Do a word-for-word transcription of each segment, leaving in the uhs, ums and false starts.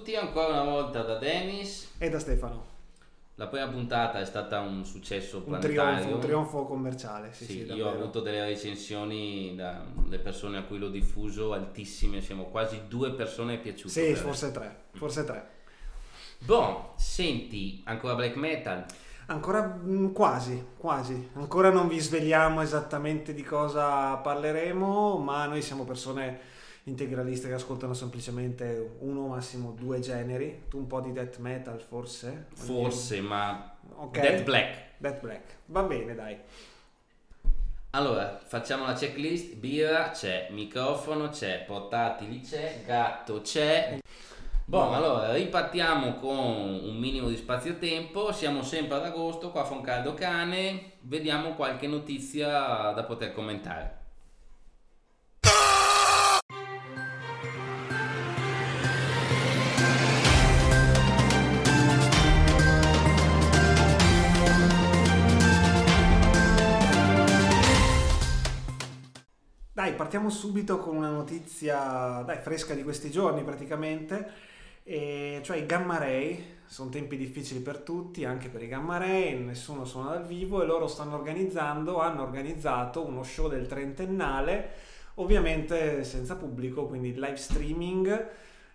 tutti, ancora una volta da Dennis e da Stefano. La prima puntata è stata un successo un planetario, trionfo, un trionfo commerciale. Sì, sì, sì, io davvero. ho avuto delle recensioni dalle persone a cui l'ho diffuso altissime, siamo quasi due persone piaciute. Sì, forse tre, forse tre. Boh, senti, ancora black metal? Ancora mh, quasi, quasi. Ancora non vi svegliamo esattamente di cosa parleremo, ma noi siamo persone integraliste che ascoltano semplicemente uno, massimo due generi. Tu un po' di death metal forse? Forse, Ogni... ma okay. Death Black. Death Black, va bene, dai. Allora, facciamo la checklist. Birra c'è, microfono c'è, portatili c'è, gatto c'è. Boh, allora ripartiamo con un minimo di spazio-tempo. Siamo sempre ad agosto, qua fa un caldo cane. Vediamo qualche notizia da poter commentare. Dai, partiamo subito con una notizia dai, fresca di questi giorni praticamente. E cioè i Gamma Ray, sono tempi difficili per tutti, anche per i Gamma Ray, nessuno suona dal vivo e loro stanno organizzando, hanno organizzato uno show del trentennale, ovviamente senza pubblico, quindi live streaming.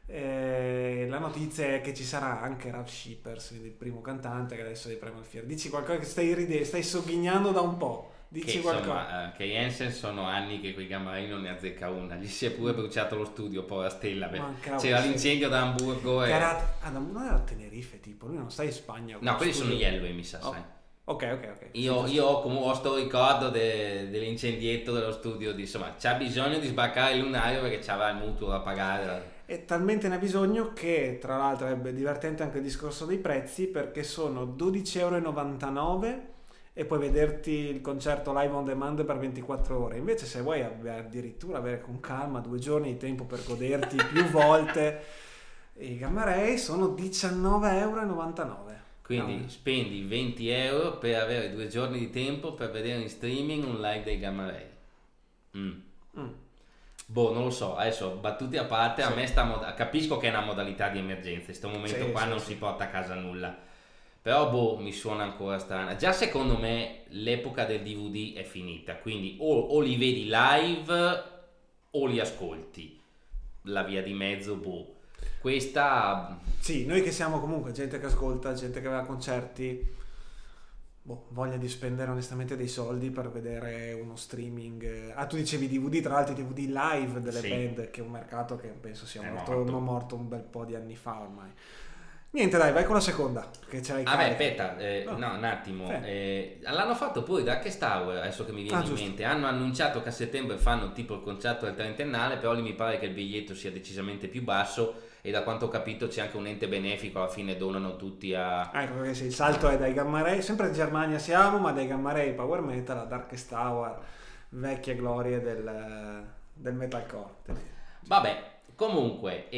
Eh, la notizia è che ci sarà anche Ralf Shippers, il primo cantante che adesso è di Primal Fear. Dici qualcosa che stai ridendo, stai sogghignando da un po'. Dici che qualcosa. Insomma, che Jensen sono anni che quei Gamma Ray non ne azzecca una, gli si è pure bruciato lo studio, poi a Stella, Mancavo, c'era sì. l'incendio da Hamburgo e... era, ah, non era a Tenerife tipo, lui non sta in Spagna. No, quelli studio. sono gli Elway, mi sa, Oh. sai. Ok, ok, ok. Io, sì, io ho comunque ho sto ricordo de, dell'incendietto dello studio, di, insomma, c'ha bisogno di sbarcare il lunario perché c'aveva il mutuo da pagare. E talmente ne ha bisogno che, tra l'altro, è divertente anche il discorso dei prezzi perché sono dodici e novantanove euro e puoi vederti il concerto live on demand per ventiquattro ore. Invece se vuoi addirittura avere con calma due giorni di tempo per goderti più volte, i Gamma Ray sono diciannove e novantanove euro. Quindi no. Spendi venti euro per avere due giorni di tempo per vedere in streaming un live dei Gamma Ray. Mm. Mm. Boh, non lo so, adesso battute a parte, sì. A me sta mod- capisco che è una modalità di emergenza, in questo momento sì, qua sì, non sì. si porta a casa nulla. Però boh, mi suona ancora strana. Già secondo me l'epoca del D V D è finita, quindi o, o li vedi live o li ascolti. La via di mezzo, boh. Questa... Sì, noi che siamo comunque gente che ascolta, gente che va a concerti, boh, voglia di spendere onestamente dei soldi per vedere uno streaming. Ah, tu dicevi D V D, tra l'altro D V D live delle sì. band, che è un mercato che penso sia morto, morto. Non morto un bel po' di anni fa ormai. Niente, dai, vai con la seconda. Che ce l'hai ah, beh, aspetta, eh, no. no, un attimo. Eh. Eh, l'hanno fatto poi Darkest Tower, adesso che mi viene ah, in giusto. mente. Hanno annunciato che a settembre fanno tipo il concerto del trentennale, però lì mi pare che il biglietto sia decisamente più basso. E da quanto ho capito c'è anche un ente benefico, alla fine donano tutti a... Ah, ecco perché sì, il salto è dai Gamma Ray, sempre in Germania siamo, ma dai Gamma Ray Power Metal a Darkest Tower, vecchie glorie del, del metalcore. Vabbè, comunque,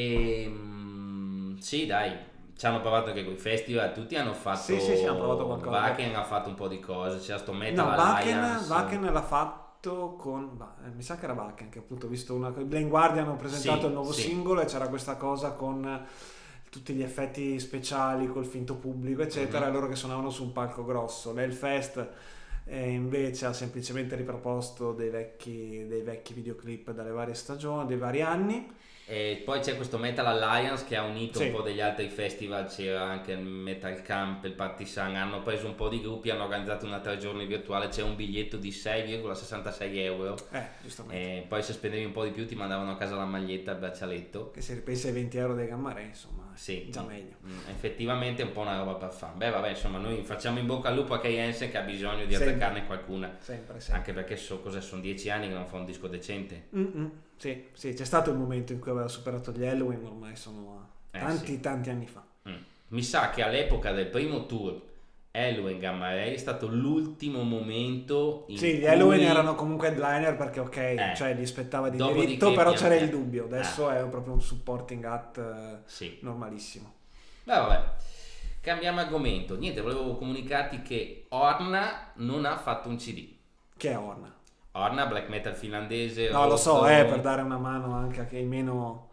ehm, sì dai, ci hanno provato anche con i festival, tutti hanno fatto... Sì, sì, sì, hanno provato qualcosa. Wacken ha fatto un po' di cose, c'era sto Metal no, Alliance. No, Wacken l'ha fatto con bah, mi sa che era Wacken, che appunto ho visto una Blind Guardian hanno presentato sì, il nuovo sì. singolo e c'era questa cosa con tutti gli effetti speciali col finto pubblico eccetera, mm-hmm. e loro che suonavano su un palco grosso. L'Hellfest eh, invece ha semplicemente riproposto dei vecchi, dei vecchi videoclip dalle varie stagioni, dei vari anni. E poi c'è questo Metal Alliance che ha unito sì. un po' degli altri festival, c'era anche il Metal Camp, il Partisan, hanno preso un po' di gruppi, hanno organizzato una tre giorni virtuale, c'è un biglietto di sei virgola sessantasei euro. Eh, giustamente. E poi se spendevi un po' di più ti mandavano a casa la maglietta, il braccialetto. Che se ripensi ai venti euro dei Gamma Ray, insomma, sì, già meglio. Effettivamente è un po' una roba per fan. Beh vabbè, insomma, noi facciamo in bocca al lupo a Kay Hansen che ha bisogno di azzeccarne qualcuna. Sempre, sempre. Anche perché so, cosa sono dieci anni che non fa un disco decente. Mm-mm. Sì, sì, c'è stato il momento in cui aveva superato gli Halloween, ormai sono tanti, eh, sì. tanti anni fa. Mm. Mi sa che all'epoca del primo tour Halloween Gamma Ray è stato l'ultimo momento in sì, cui... gli Halloween erano comunque headliner perché ok, eh, cioè gli spettava di diritto, però c'era il dubbio, adesso eh. è proprio un supporting act sì. normalissimo. Beh vabbè, cambiamo argomento. Niente, volevo comunicarti che Orna non ha fatto un C D. Che è Orna? Orna, black metal finlandese. No, lo so, eh, per dare una mano anche a chi meno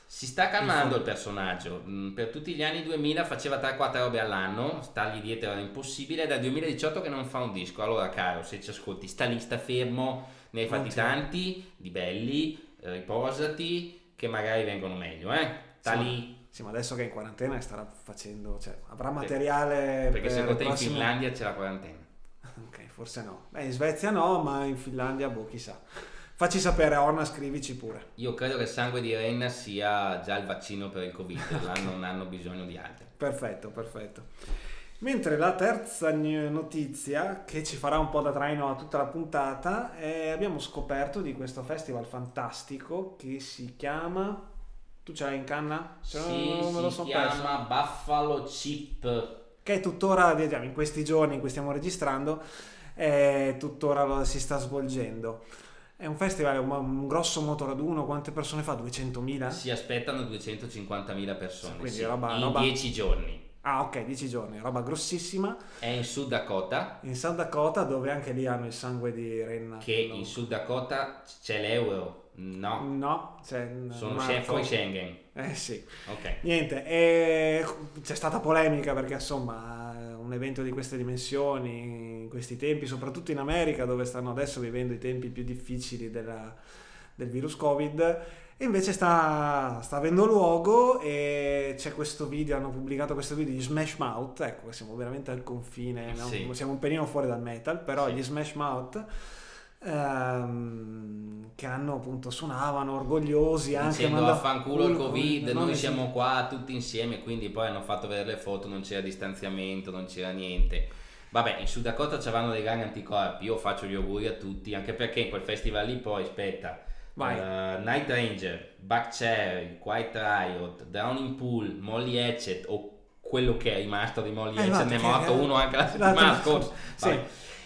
Si sta calmando il personaggio. Per tutti gli anni duemila faceva tre quattro robe all'anno, stargli dietro era impossibile. È dal duemiladiciotto che non fa un disco. Allora, caro, se ci ascolti, sta lì, sta fermo, ne hai fatti tanti di belli, riposati, che magari vengono meglio, eh? Sta sì, lì. Sì, ma adesso che è in quarantena starà facendo, cioè avrà materiale. Perché per secondo te prossime... in Finlandia c'è la quarantena? Ok, forse no. Beh, in Svezia no, ma in Finlandia, boh, chissà. Facci sapere, Orna, scrivici pure. Io credo che il sangue di renna sia già il vaccino per il Covid, là non hanno bisogno di altro. Perfetto, perfetto. Mentre la terza notizia, che ci farà un po' da traino a tutta la puntata, è abbiamo scoperto di questo festival fantastico che si chiama... Tu ce l'hai in canna? Sì, non me lo so si chiama perso. Buffalo Chip. Che è tuttora, diciamo, in questi giorni in cui stiamo registrando, è tuttora si sta svolgendo. È un festival, un, un grosso motoraduno. Quante persone fa? duecentomila? Si aspettano duecentocinquantamila persone, quindi sì, roba, in roba... dieci giorni. Ah, ok, dieci giorni, roba grossissima. È in Sud Dakota. In South Dakota, dove anche lì hanno il sangue di renna. Che in Sud Dakota c'è l'euro. No, no, c'è sono chef fuori Schengen. Eh sì. Ok. Niente, e c'è stata polemica perché insomma un evento di queste dimensioni in questi tempi, soprattutto in America dove stanno adesso vivendo i tempi più difficili della, del virus Covid, e invece sta, sta avendo luogo, e c'è questo video, hanno pubblicato questo video di Smash Mouth. Ecco, siamo veramente al confine, sì. no? Siamo un pelino fuori dal metal, però sì. gli Smash Mouth Ehm, che hanno appunto suonavano orgogliosi anche dicendo affanculo il Covid, noi esiste. siamo qua tutti insieme, quindi poi hanno fatto vedere le foto, non c'era distanziamento, non c'era niente. Vabbè, in Sud Dakota c'avevano dei grandi anticorpi, io faccio gli auguri a tutti, anche perché in quel festival lì poi aspetta uh, Night Ranger, Buckcherry, Quiet Riot, Drowning Pool, Molly Hatchet, o quello che è rimasto di Molly eh, Hatchet, ne è morto uno anche la settimana scorsa. Sì.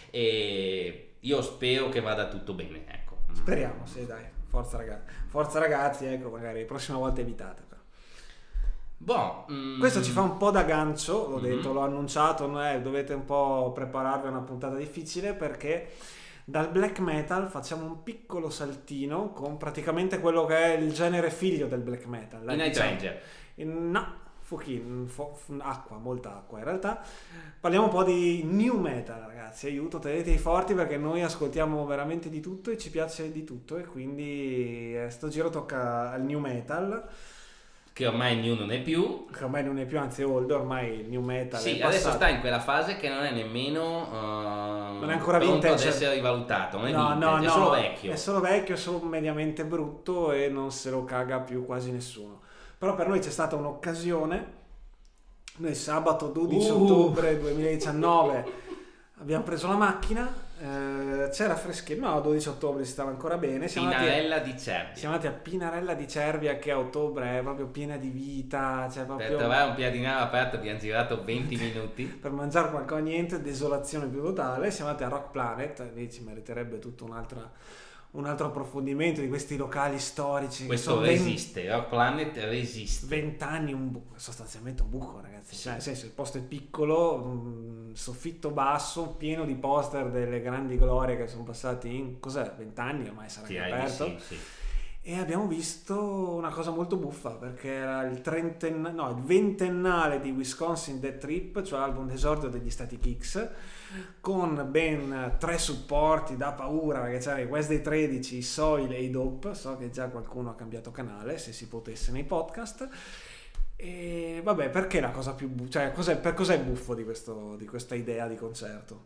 E io spero che vada tutto bene, ecco. Speriamo, sì, dai. Forza ragazzi, forza ragazzi, ecco, magari la prossima volta evitate però. Boh, mm, questo ci fa un po' da gancio, l'ho mm-hmm. detto, l'ho annunciato, eh, dovete un po' prepararvi a una puntata difficile, perché dal black metal facciamo un piccolo saltino con praticamente quello che è il genere figlio del black metal. I Night Ranger. No, fucking, fo, acqua, molta acqua in realtà. Parliamo un po' di new metal, ragazzi, aiuto, tenetevi forti perché noi ascoltiamo veramente di tutto e ci piace di tutto, e quindi eh, sto giro tocca al new metal. Che ormai new non è più. Che ormai non è più, anzi old, ormai il new metal sì, è adesso passato. sta in quella fase che non è nemmeno uh, non è ancora pronto vintage. ad essere rivalutato, non è no, vintage, no, è no, solo vecchio. È solo vecchio, è solo mediamente brutto e non se lo caga più quasi nessuno. Però per noi c'è stata un'occasione. Noi sabato dodici uh. ottobre duemiladiciannove abbiamo preso la macchina, eh, c'era freschino, no, dodici ottobre si stava ancora bene. Siamo Pinarella andati, di Cervia. Siamo andati a Pinarella di Cervia, che a ottobre è proprio piena di vita. Cioè proprio... Per trovare un piadinaro aperto abbiamo girato venti minuti. Per mangiare qualcosa, niente, desolazione più totale. Siamo andati a Rock Planet, lì ci meriterebbe tutto un'altra... un altro approfondimento di questi locali storici. Questo resiste, Rock Planet resiste. vent'anni, un buco, sostanzialmente un buco, ragazzi. Cioè, nel senso, il posto è piccolo, un soffitto basso, pieno di poster delle grandi glorie che sono passati in, cos'è, vent'anni ormai sarà sì, aperto. Sì, sì. E abbiamo visto una cosa molto buffa, perché era il trentennale, no, il ventennale di Wisconsin Death Trip, cioè l'album d'esordio degli Static X, con ben tre supporti da paura, perché c'era i Wednesday tredici, i Soil e i Dope. So che già qualcuno ha cambiato canale, se si potesse, nei podcast. E vabbè, perché la cosa più bu- cioè cos'è, per cos'è buffo di, questo, di questa idea di concerto?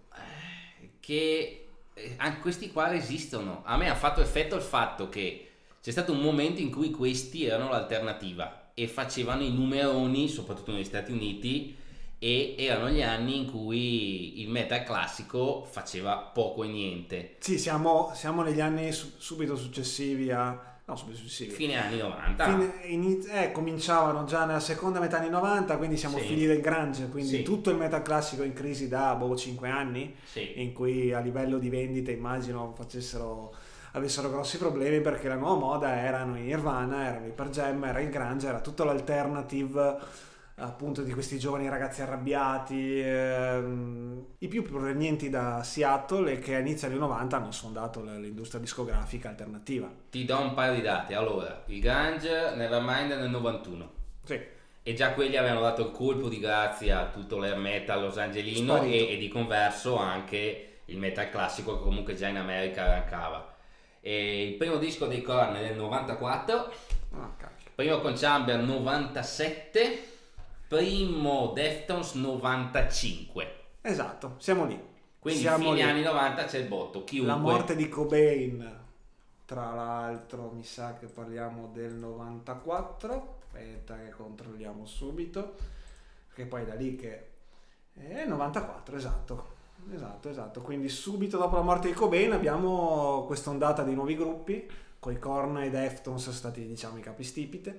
Che anche questi qua resistono. A me ha fatto effetto il fatto che c'è stato un momento in cui questi erano l'alternativa e facevano i numeroni, soprattutto negli Stati Uniti, e erano gli anni in cui il metal classico faceva poco e niente. Sì, siamo, siamo negli anni su- subito successivi a... No, subito successivi. Fine anni novanta. Fine, iniz- eh, cominciavano già nella seconda metà anni novanta, quindi siamo sì. figli del grunge, quindi sì. tutto il metal classico in crisi da boh, cinque anni, sì. in cui a livello di vendite immagino facessero... avessero grossi problemi, perché la nuova moda erano i Nirvana, erano i Pearl Jam, era il grunge, era tutto l'alternative appunto di questi giovani ragazzi arrabbiati, ehm, i più provenienti da Seattle e che a inizio anni novanta hanno sfondato l'industria discografica alternativa. Ti do un paio di dati. Allora, i Grunge, Nevermind nel novantuno. Sì. E già quelli avevano dato il colpo di grazia a tutto l'air metal losangelino e, e di converso anche il metal classico che comunque già in America arrancava. E il primo disco dei Korn nel novantaquattro, Ah, cacchio. primo con Chamber novantasette, primo Deftones novantacinque. Esatto, siamo lì. Quindi siamo fine lì. anni novanta c'è il botto. Chiunque... La morte di Cobain, tra l'altro, mi sa che parliamo del novantaquattro. Aspetta che controlliamo subito, perché poi da lì che è novantaquattro, esatto. Esatto, esatto. Quindi subito dopo la morte di Cobain abbiamo quest'ondata di nuovi gruppi, con i Korn e i Deftones sono stati, diciamo, i capistipite.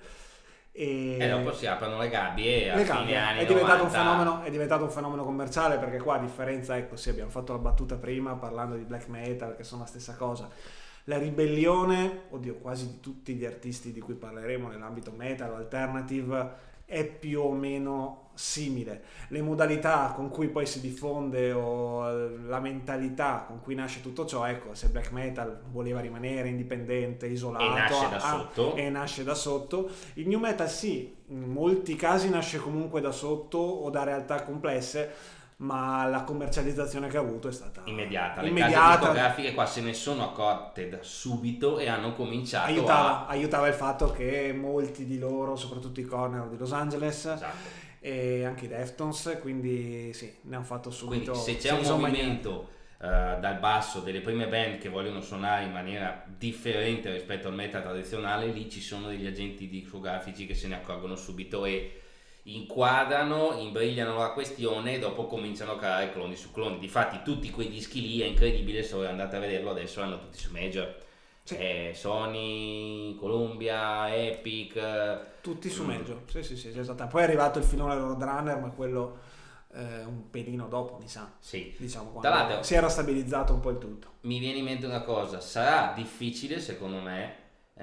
E, e dopo si aprono le gabbie a le fine gabbie. anni È diventato, un novanta. fenomeno, è diventato un fenomeno commerciale, perché qua a differenza, ecco, sì, abbiamo fatto la battuta prima parlando di black metal, che sono la stessa cosa. La ribellione, oddio, quasi di tutti gli artisti di cui parleremo nell'ambito metal alternative è più o meno simile. Le modalità con cui poi si diffonde o la mentalità con cui nasce tutto ciò, ecco, se black metal voleva rimanere indipendente, isolato e nasce da ah, sotto e nasce da sotto, il new metal sì, in molti casi nasce comunque da sotto o da realtà complesse, ma la commercializzazione che ha avuto è stata immediata. Le immediata. case discografiche qua se ne sono accorte da subito e hanno cominciato aiutava, a... aiutava il fatto che molti di loro, soprattutto i Corner di Los Angeles, Esatto. e anche i Deftones, quindi sì, ne hanno fatto subito. Quindi se c'è se un li sono movimento uh, dal basso delle prime band che vogliono suonare in maniera differente rispetto al metal tradizionale, lì ci sono degli agenti discografici che se ne accorgono subito e inquadrano, imbrigliano la questione e dopo cominciano a creare cloni su cloni. Difatti tutti quei dischi lì, è incredibile, se voi andate a vederlo adesso, hanno tutti su major. Sì. Eh, Sony, Columbia, Epic, tutti su mm. major. Sì, sì, sì, esatto. Poi è arrivato il filone Roadrunner, ma quello eh, un pelino dopo, mi sa. Sì. Diciamo, Tra quando l'altro, si era stabilizzato un po' il tutto. mi viene in mente una cosa, sarà difficile secondo me eh,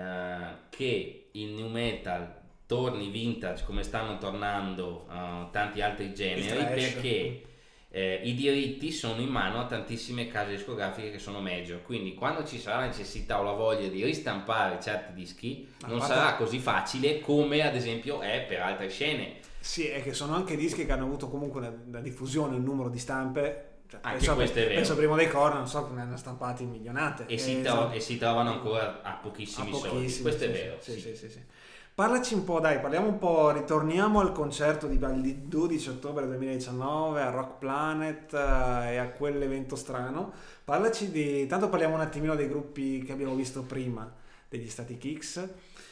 che il new metal torni vintage come stanno tornando uh, tanti altri generi, perché eh, i diritti sono in mano a tantissime case discografiche che sono major, quindi quando ci sarà la necessità o la voglia di ristampare certi dischi a non parte... sarà così facile come ad esempio è per altre scene. Sì, è che sono anche dischi che hanno avuto comunque una, una diffusione, un numero di stampe. Cioè, Anche penso, questo è vero. penso prima dei Korn, non so, ne hanno stampati milionate E, si, eh, tro- esatto. e si trovano ancora a pochissimi, a pochissimi soldi, questo sì, è vero. Sì, Sì. sì, sì, sì. Parlaci un po', dai, parliamo un po', ritorniamo al concerto di il dodici ottobre duemiladiciannove a Rock Planet eh, e a quell'evento strano. Parlaci di, tanto parliamo un attimino dei gruppi che abbiamo visto prima, degli Static X.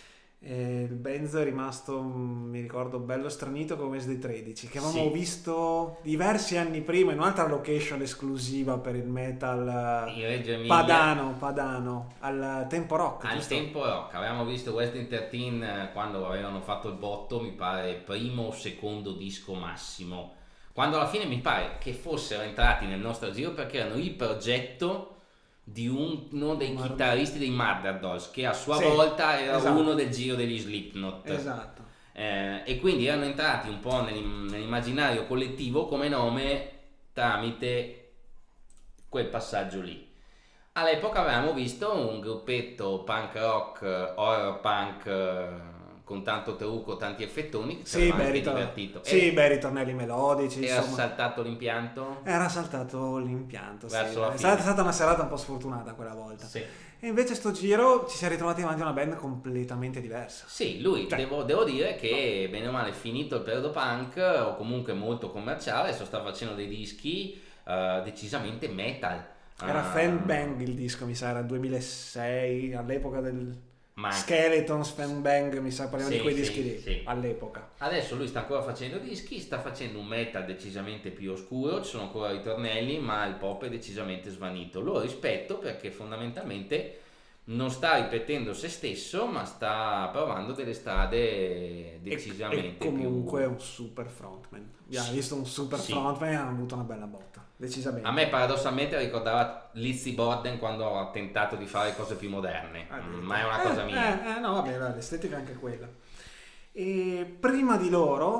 E il Benz è rimasto, mi ricordo, bello stranito come S D tredici, che avevamo Sì. visto diversi anni prima in un'altra location esclusiva per il metal In Reggio Emilia, padano, padano, al Tempo Rock. al giusto? Tempo Rock avevamo visto Western tredici quando avevano fatto il botto, mi pare primo o secondo disco massimo, quando alla fine mi pare che fossero entrati nel nostro giro perché erano il progetto di uno dei Murder. chitarristi dei Murder Dolls, che a sua Sì, volta era esatto. uno del giro degli Slipknot. Esatto. Eh, e quindi erano entrati un po' nell'im- nell'immaginario collettivo come nome tramite quel passaggio lì. All'epoca avevamo visto un gruppetto punk rock, horror punk eh, con tanto trucco, tanti effettoni che ci Sì, aveva beh, anche ritor- divertito. sì, E beh, ritornelli melodici, era insomma. saltato l'impianto. Era saltato l'impianto, sì. Verso la È fine. stata, è stata una serata un po' sfortunata quella volta. Sì. E invece sto giro ci si è ritrovati davanti a una band completamente diversa. Sì, lui Cioè- devo, devo dire che bene o male finito il periodo punk o comunque molto commerciale, adesso sta facendo dei dischi eh, decisamente metal. Era Ah, Fan Bang il disco, mi sa, era duemilasei, all'epoca del ma Skeletons, Fan Bang, mi sa, parliamo Sì, di quei sì, dischi lì, sì. all'epoca. adesso lui sta ancora facendo dischi, sta facendo un metal decisamente più oscuro, ci sono ancora ritornelli, ma il pop è decisamente svanito. Lo rispetto perché fondamentalmente non sta ripetendo se stesso, ma sta provando delle strade decisamente e, e comunque è più... un super frontman. Abbiamo Sì. visto un super Sì. frontman e hanno avuto una bella botta, decisamente. A me paradossalmente ricordava Lizzy Borden quando ha tentato di fare cose più moderne, Ah, mm, ma è una cosa eh, mia. Eh, eh, no, vabbè, va, l'estetica è anche quella. E prima di loro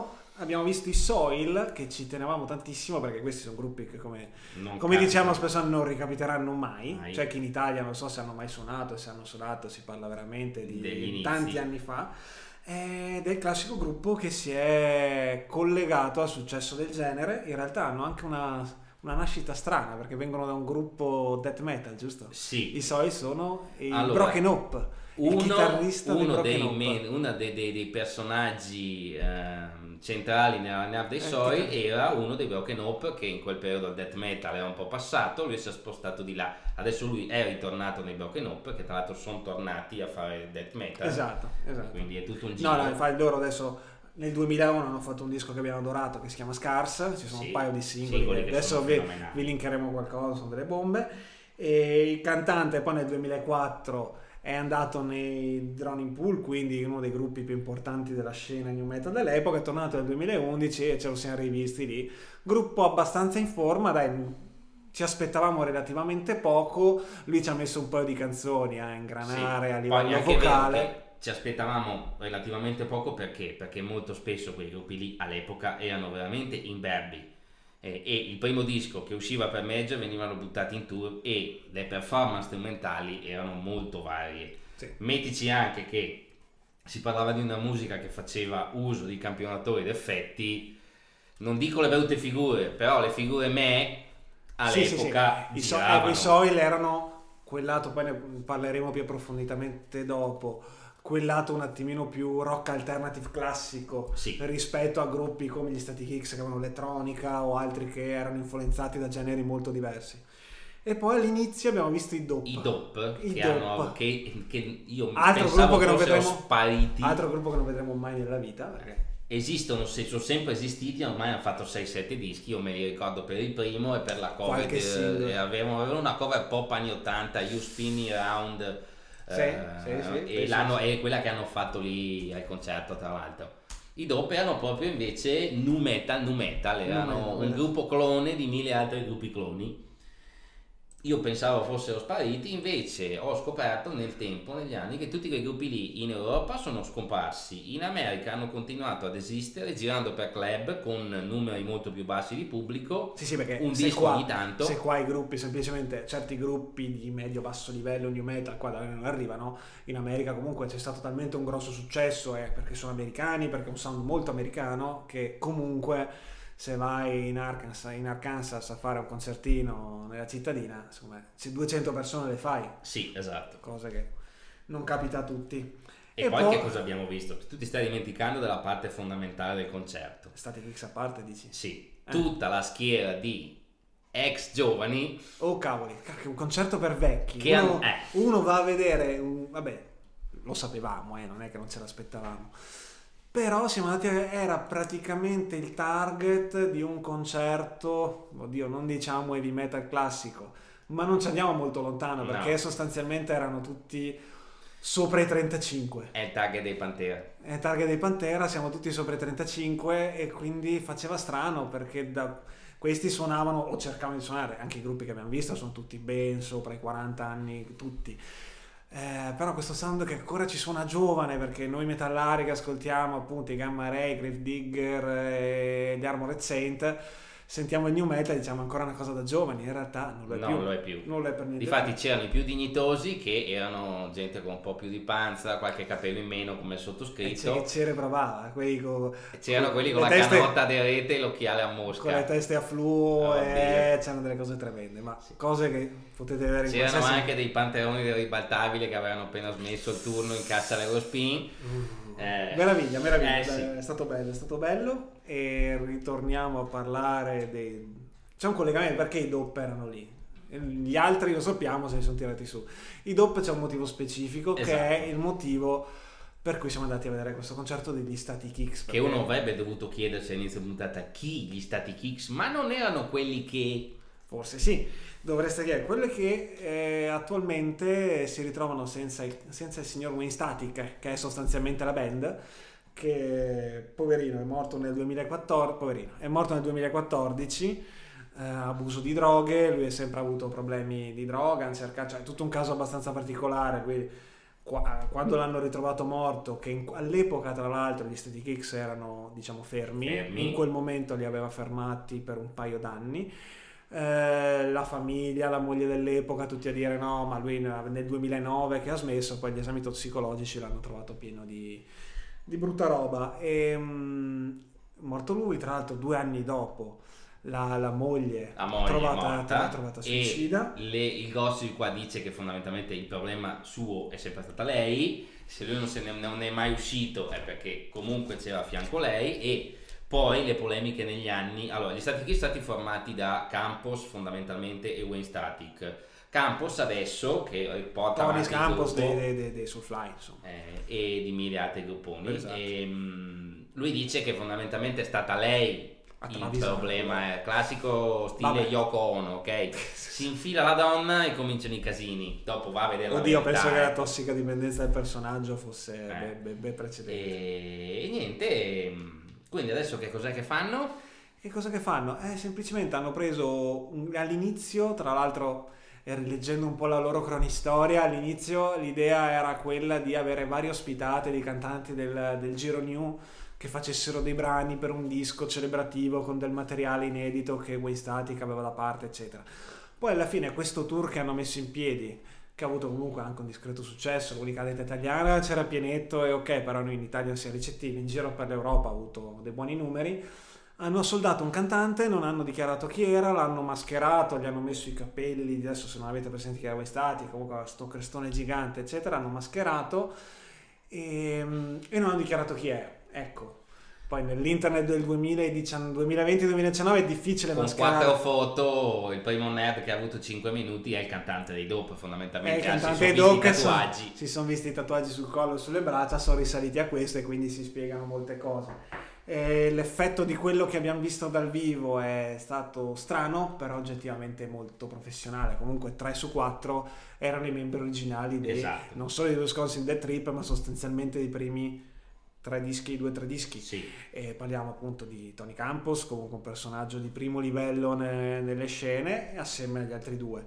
abbiamo visto i Soil, che ci tenevamo tantissimo perché questi sono gruppi che come, come capita. diciamo spesso non ricapiteranno mai. mai. Cioè che in Italia non so se hanno mai suonato, e se hanno suonato si parla veramente di tanti anni fa. Ed è il classico gruppo che si è collegato al successo del genere. In realtà hanno anche una, una nascita strana perché vengono da un gruppo death metal, giusto? Sì. I Soil sono il allora, Broken Hope. Uno, il chitarrista uno dei dei, men, uno dei, dei, dei personaggi eh, centrali nella line-up dei Soil eh, era uno dei Broken Hope, che in quel periodo il death metal era un po' passato, lui si è spostato di là, adesso lui è ritornato nei Broken Hope, che tra l'altro sono tornati a fare death metal, esatto, esatto. Quindi è tutto un giro. No, no, infatti loro adesso nel duemilauno hanno fatto un disco che abbiamo adorato che si chiama Scars, ci sono sì, un paio di singoli, singoli adesso vi, vi linkeremo qualcosa, sono delle bombe. E il cantante poi nel duemilaquattro è andato nei Drowning Pool, quindi uno dei gruppi più importanti della scena new metal dell'epoca, è tornato nel duemilaundici e ce lo siamo rivisti lì. Gruppo abbastanza in forma, dai, ci aspettavamo relativamente poco, lui ci ha messo un paio di canzoni a ingranare sì, a livello vocale. Ci aspettavamo relativamente poco perché? Perché molto spesso quei gruppi lì all'epoca erano veramente imberbi. E il primo disco che usciva per Major venivano buttati in tour e le performance strumentali erano molto varie. Sì. Mettici anche che si parlava di una musica che faceva uso di campionatori d'effetti, non dico le brutte figure, però le figure me all'epoca sì, sì, sì. I, so- i Soil erano quel lato, poi ne parleremo più approfonditamente dopo, quel lato un attimino più rock alternative classico sì. rispetto a gruppi come gli Static X che avevano elettronica o altri che erano influenzati da generi molto diversi. E poi all'inizio abbiamo visto i Dope. I Dope, I che, Dope. Hanno, che, che io altro pensavo gruppo che non fossero vedremo, spariti. Altro gruppo che non vedremo mai nella vita. Perché... Esistono, se sono sempre esistiti, ormai hanno fatto sei sette dischi, io me li ricordo per il primo e per la cover. Di, eh, avevano, avevano una cover pop anni ottanta, You Spin Me Around. Sì, eh, sì, sì, e sì, l'hanno, sì. è quella che hanno fatto lì al concerto, tra l'altro. I Dope erano proprio invece nu metal, nu metal erano nu metal, un gruppo clone di mille altri gruppi cloni. Io pensavo fossero spariti, invece ho scoperto nel tempo, negli anni, che tutti quei gruppi lì in Europa sono scomparsi. In America hanno continuato ad esistere girando per club con numeri molto più bassi di pubblico, sì, sì, perché un disco qua, ogni tanto. Se qua i gruppi, semplicemente certi gruppi di medio-basso livello, new metal, qua da noi non arrivano, in America comunque c'è stato talmente un grosso successo, eh, perché sono americani, perché è un sound molto americano, che comunque... se vai in Arkansas, in Arkansas a fare un concertino nella cittadina, insomma, se duecento persone le fai. Sì, esatto. Cosa che non capita a tutti. E, e poi, poi che cosa abbiamo visto? Tu ti stai dimenticando della parte fondamentale del concerto. Static X a parte, dici? Sì. Eh. Tutta la schiera di ex giovani. Oh cavoli, un concerto per vecchi. Che uno, han... eh. uno va a vedere, un... vabbè, lo sapevamo, eh, non è che non ce l'aspettavamo. Però siamo andati a, era praticamente il target di un concerto, oddio, non diciamo heavy metal classico, ma non ci andiamo molto lontano, perché no. sostanzialmente erano tutti sopra i trentacinque. È il target dei Pantera. È il target dei Pantera, siamo tutti sopra i trentacinque e quindi faceva strano, perché da questi suonavano o cercavano di suonare, anche i gruppi che abbiamo visto sono tutti ben sopra i quaranta anni, tutti. Eh, però questo sound che ancora ci suona giovane, perché noi metallari che ascoltiamo appunto i Gamma Ray, Gravedigger e gli Armored Saint sentiamo il new metal e diciamo ancora una cosa da giovani, in realtà non lo è no, più. Non lo è più. Non lo è per niente. Difatti c'erano i più dignitosi che erano gente con un po' più di panza, qualche capello in meno come il sottoscritto. E c'era bravava, quelli con, c'erano con quelli con la teste, canotta di rete e l'occhiale a mosca. Con le teste a fluo, oh, e c'erano delle cose tremende, ma sì. Cose che potete vedere in c'erano qualsiasi... anche dei panteroni del ribaltabile che avevano appena smesso il turno in cassa all'Eurospin. Mm. Eh, meraviglia, meraviglia, eh, sì. È stato bello, è stato bello. E ritorniamo a parlare dei... C'è un collegamento, perché i Dope erano lì? Gli altri lo sappiamo, se li sono tirati su. I Dope c'è un motivo specifico, esatto. Che è il motivo per cui siamo andati a vedere questo concerto degli Static X. Che uno avrebbe dovuto chiedersi all'inizio puntata chi gli Static X, ma non erano quelli che... Forse sì, dovreste chiedere. Quelle che eh, attualmente si ritrovano senza il, senza il signor Wayne Static, che è sostanzialmente la band, che poverino è morto nel duemilaquattordici, poverino, è morto nel duemilaquattordici, eh, abuso di droghe, lui ha sempre avuto problemi di droga, cerca, cioè è tutto un caso abbastanza particolare, lui qua, quando l'hanno ritrovato morto, che in, all'epoca tra l'altro gli Static X erano diciamo fermi, fermi, in quel momento li aveva fermati per un paio d'anni. Eh, la famiglia, la moglie dell'epoca, tutti a dire no, ma lui nel duemilanove che ha smesso, poi gli esami tossicologici l'hanno trovato pieno di, di brutta roba. E mh, morto lui, tra l'altro due anni dopo la, la moglie, la moglie trovata, morta, trovata suicida. E le, il gossip qua dice che fondamentalmente il problema suo è sempre stata lei, se lui non, se ne, non è mai uscito è perché comunque c'era a fianco lei. E poi le polemiche negli anni, allora gli Static X sono stati formati da Campos fondamentalmente e Wayne Static. Campos adesso che porta Tony avanti Campos gruppo, dei, dei, dei Soulfly insomma, eh, e di mille altri grupponi, esatto. E mh, lui dice che fondamentalmente è stata lei il problema, è classico stile Vabbè. Yoko Ono, ok? Si infila la donna e cominciano i casini, dopo va a vedere Oddio, la verità, penso che la ecco. tossicodipendenza del personaggio fosse eh. ben, ben, ben precedente. E, e niente, quindi adesso che cos'è che fanno? Che cosa che fanno? Eh, semplicemente hanno preso un, all'inizio, tra l'altro rileggendo un po' la loro cronistoria, all'inizio l'idea era quella di avere varie ospitate di cantanti del, del giro new che facessero dei brani per un disco celebrativo con del materiale inedito che Wayne Static aveva da parte, eccetera. Poi alla fine questo tour che hanno messo in piedi, che ha avuto comunque anche un discreto successo, l'unica data italiana c'era pienetto e ok, però noi in Italia siamo ricettivi, in giro per l'Europa ha avuto dei buoni numeri. Hanno soldato un cantante, non hanno dichiarato chi era, l'hanno mascherato, gli hanno messo i capelli, adesso se non avete presente chi era Wayne Static, comunque sto crestone gigante, eccetera, hanno mascherato e, e non hanno dichiarato chi è. Ecco, poi nell'internet del duemilaventi duemiladiciannove è difficile con mascherare. Quattro foto, il primo nerd che ha avuto cinque minuti è il cantante dei Dope, fondamentalmente. È il cantante dei Dope, tatuaggi. Si sono visti i tatuaggi sul collo e sulle braccia, sono risaliti a questo e quindi si spiegano molte cose. E l'effetto di quello che abbiamo visto dal vivo è stato strano, però oggettivamente molto professionale. Comunque tre su quattro erano i membri originali dei, esatto. non solo di Wisconsin Death Trip, ma sostanzialmente dei primi tre dischi, due o tre dischi. Sì. E parliamo appunto di Tony Campos, comunque un personaggio di primo livello ne, nelle scene, assieme agli altri due.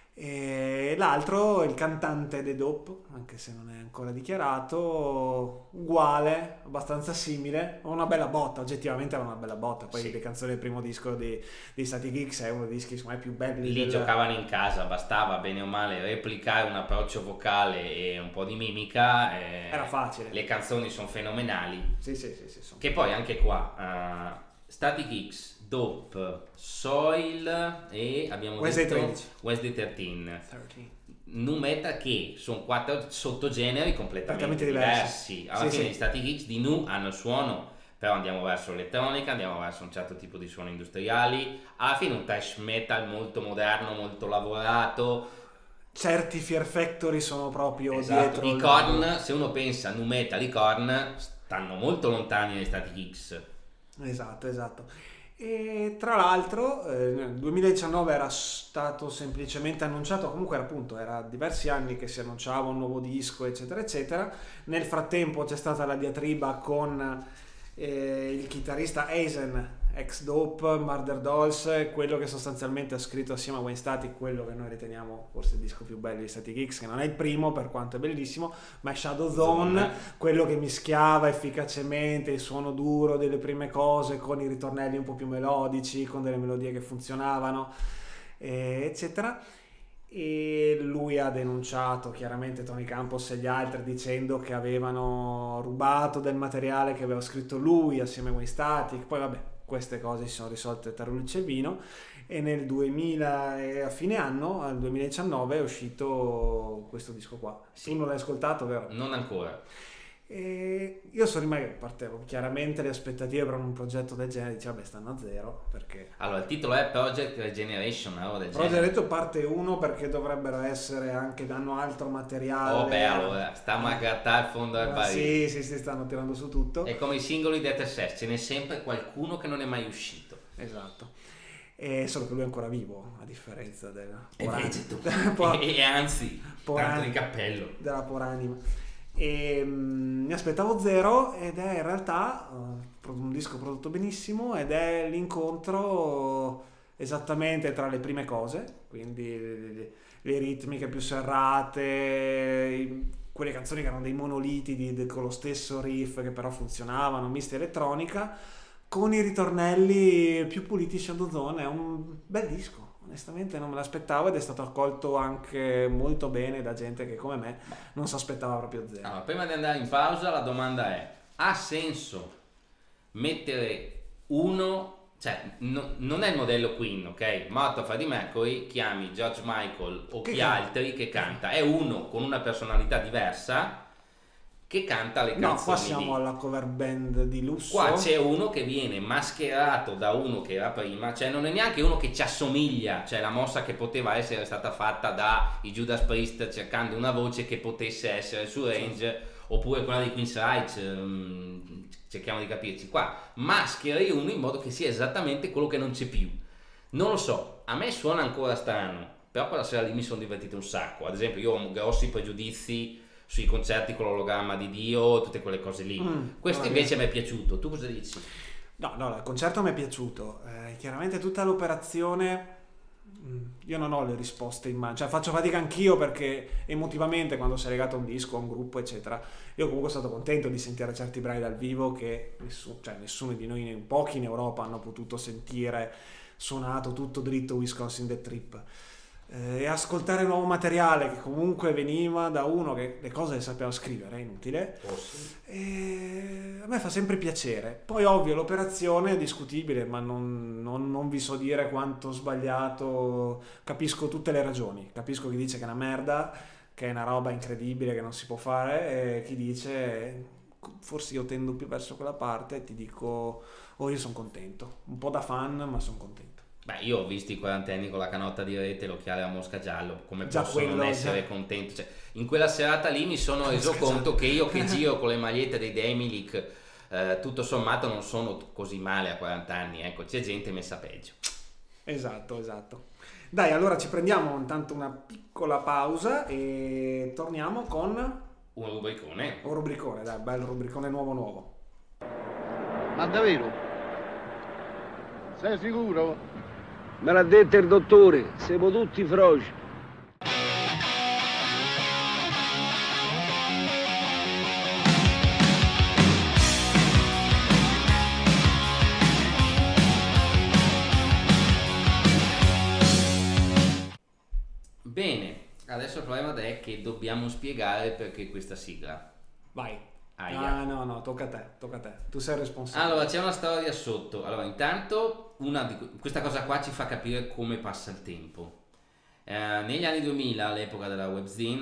E l'altro, il cantante dei Dope, anche se non è ancora dichiarato, uguale, abbastanza simile, una bella botta, oggettivamente era una bella botta. Poi sì. Le canzoni del primo disco di, di Static X è uno dei dischi secondo me più belli. Lì del... giocavano in casa, bastava bene o male replicare un approccio vocale e un po' di mimica. Eh, era facile. Le canzoni sono fenomenali. Sì, sì, sì, sì, sono... Che poi anche qua, uh, Static X, Dope, Soil e abbiamo Wednesday detto tredici. Wednesday tredici. Nu metal che sono quattro sottogeneri completamente diversi. diversi. Alla sì, fine sì. gli Static X di Nu hanno il suono, però andiamo verso l'elettronica, andiamo verso un certo tipo di suoni industriali. Alla fine un thrash metal molto moderno, molto lavorato. Certi Fear Factory sono proprio esatto. dietro. I Korn, la... se uno pensa a nu metal, i Korn stanno molto lontani dagli Static X. Esatto, esatto. E tra l'altro eh, nel duemiladiciannove era stato semplicemente annunciato, comunque era appunto era diversi anni che si annunciava un nuovo disco eccetera eccetera. Nel frattempo c'è stata la diatriba con eh, il chitarrista Eisen, ex Dope, Murder Dolls, quello che sostanzialmente ha scritto assieme a Wayne Static quello che noi riteniamo forse il disco più bello di Static X, che non è il primo per quanto è bellissimo, ma è Shadow Zone, Zone. Quello che mischiava efficacemente il suono duro delle prime cose con i ritornelli un po' più melodici, con delle melodie che funzionavano, eh, eccetera. E lui ha denunciato chiaramente Tony Campos e gli altri dicendo che avevano rubato del materiale che aveva scritto lui assieme a Wayne Static. Poi vabbè, queste cose si sono risolte tra l'ulce e il vino e nel duemila, a fine anno, al duemiladiciannove è uscito questo disco qua. Sì. Tu non l'hai ascoltato, vero? Non ancora. E io sono rimasto, partevo chiaramente le aspettative per un progetto del genere, dicevo vabbè stanno a zero perché allora il titolo è Project Regeneration, no? Del Project genere. detto parte uno perché dovrebbero essere anche, hanno altro materiale. Oh beh, allora stiamo a grattare il fondo del barile. Sì, sì, sì, stanno tirando su tutto. E come i singoli Death Access ce n'è sempre qualcuno che non è mai uscito. Esatto. E solo che lui è ancora vivo, a differenza della Poranima. Por- e, e anzi, Poran- tanto di cappello. Della Poranima. E um, ne aspettavo zero ed è in realtà uh, un disco prodotto benissimo ed è l'incontro esattamente tra le prime cose, quindi le, le ritmiche più serrate, quelle canzoni che erano dei monoliti di, di, con lo stesso riff che però funzionavano, misti elettronica, con i ritornelli più puliti. Shadow Zone è un bel disco. Onestamente non me l'aspettavo ed è stato accolto anche molto bene da gente che come me non si aspettava proprio zero. Allora, prima di andare in pausa la domanda è: ha senso mettere uno, cioè no, non è il modello Queen, ok? Mouth of Freddie Mercury, chiami George Michael o che chi canta? altri che canta, è uno con una personalità diversa che canta le canzoni. No, qua siamo lì. alla cover band di lusso. Qua c'è uno che viene mascherato da uno che era prima, cioè non è neanche uno che ci assomiglia, cioè la mossa che poteva essere stata fatta dai Judas Priest cercando una voce che potesse essere su Range, sì. Oppure quella di Queen's Rights, um, cerchiamo di capirci. Qua mascheri uno in modo che sia esattamente quello che non c'è più. Non lo so, a me suona ancora strano, però quella sera lì mi sono divertito un sacco. Ad esempio io ho grossi pregiudizi sui concerti con l'ologramma di Dio, tutte quelle cose lì. Mm, Questo invece mi è piaciuto. Tu cosa dici? No, no, il concerto mi è piaciuto. Eh, chiaramente tutta l'operazione, mh, io non ho le risposte in mano. Cioè faccio fatica anch'io perché emotivamente quando sei legato a un disco, a un gruppo, eccetera, io comunque sono stato contento di sentire certi brani dal vivo che nessuno, cioè nessuno di noi, pochi in Europa hanno potuto sentire suonato tutto dritto Wisconsin The Trip. E ascoltare nuovo materiale che comunque veniva da uno che le cose le sapeva scrivere, è inutile. Oh, sì. E a me fa sempre piacere. Poi ovvio l'operazione è discutibile, ma non, non, non vi so dire quanto sbagliato. Capisco tutte le ragioni, capisco chi dice che è una merda, che è una roba incredibile che non si può fare, e chi dice forse io tendo più verso quella parte e ti dico oh io sono contento, un po' da fan ma sono contento. Beh, io ho visto i quarantenni con la canotta di rete e l'occhiale a mosca giallo, come già posso non essere già... contento? Cioè, in quella serata lì mi sono reso conto che io che giro con le magliette dei Demilich, eh, tutto sommato non sono così male a quaranta anni, ecco, c'è gente messa peggio. Esatto, esatto. Dai, allora ci prendiamo intanto una piccola pausa e torniamo con... Un rubricone. Un rubricone, dai, bello rubricone nuovo nuovo. Ma davvero? Sei sicuro? Me l'ha detto il dottore, siamo tutti froci. Bene, adesso il problema è che dobbiamo spiegare perché questa sigla. Vai. Aia. Ah no no, tocca a te, tocca a te, tu sei responsabile. Allora c'è una storia sotto. Allora intanto una di, questa cosa qua ci fa capire come passa il tempo. Eh, negli anni duemila, all'epoca della webzine,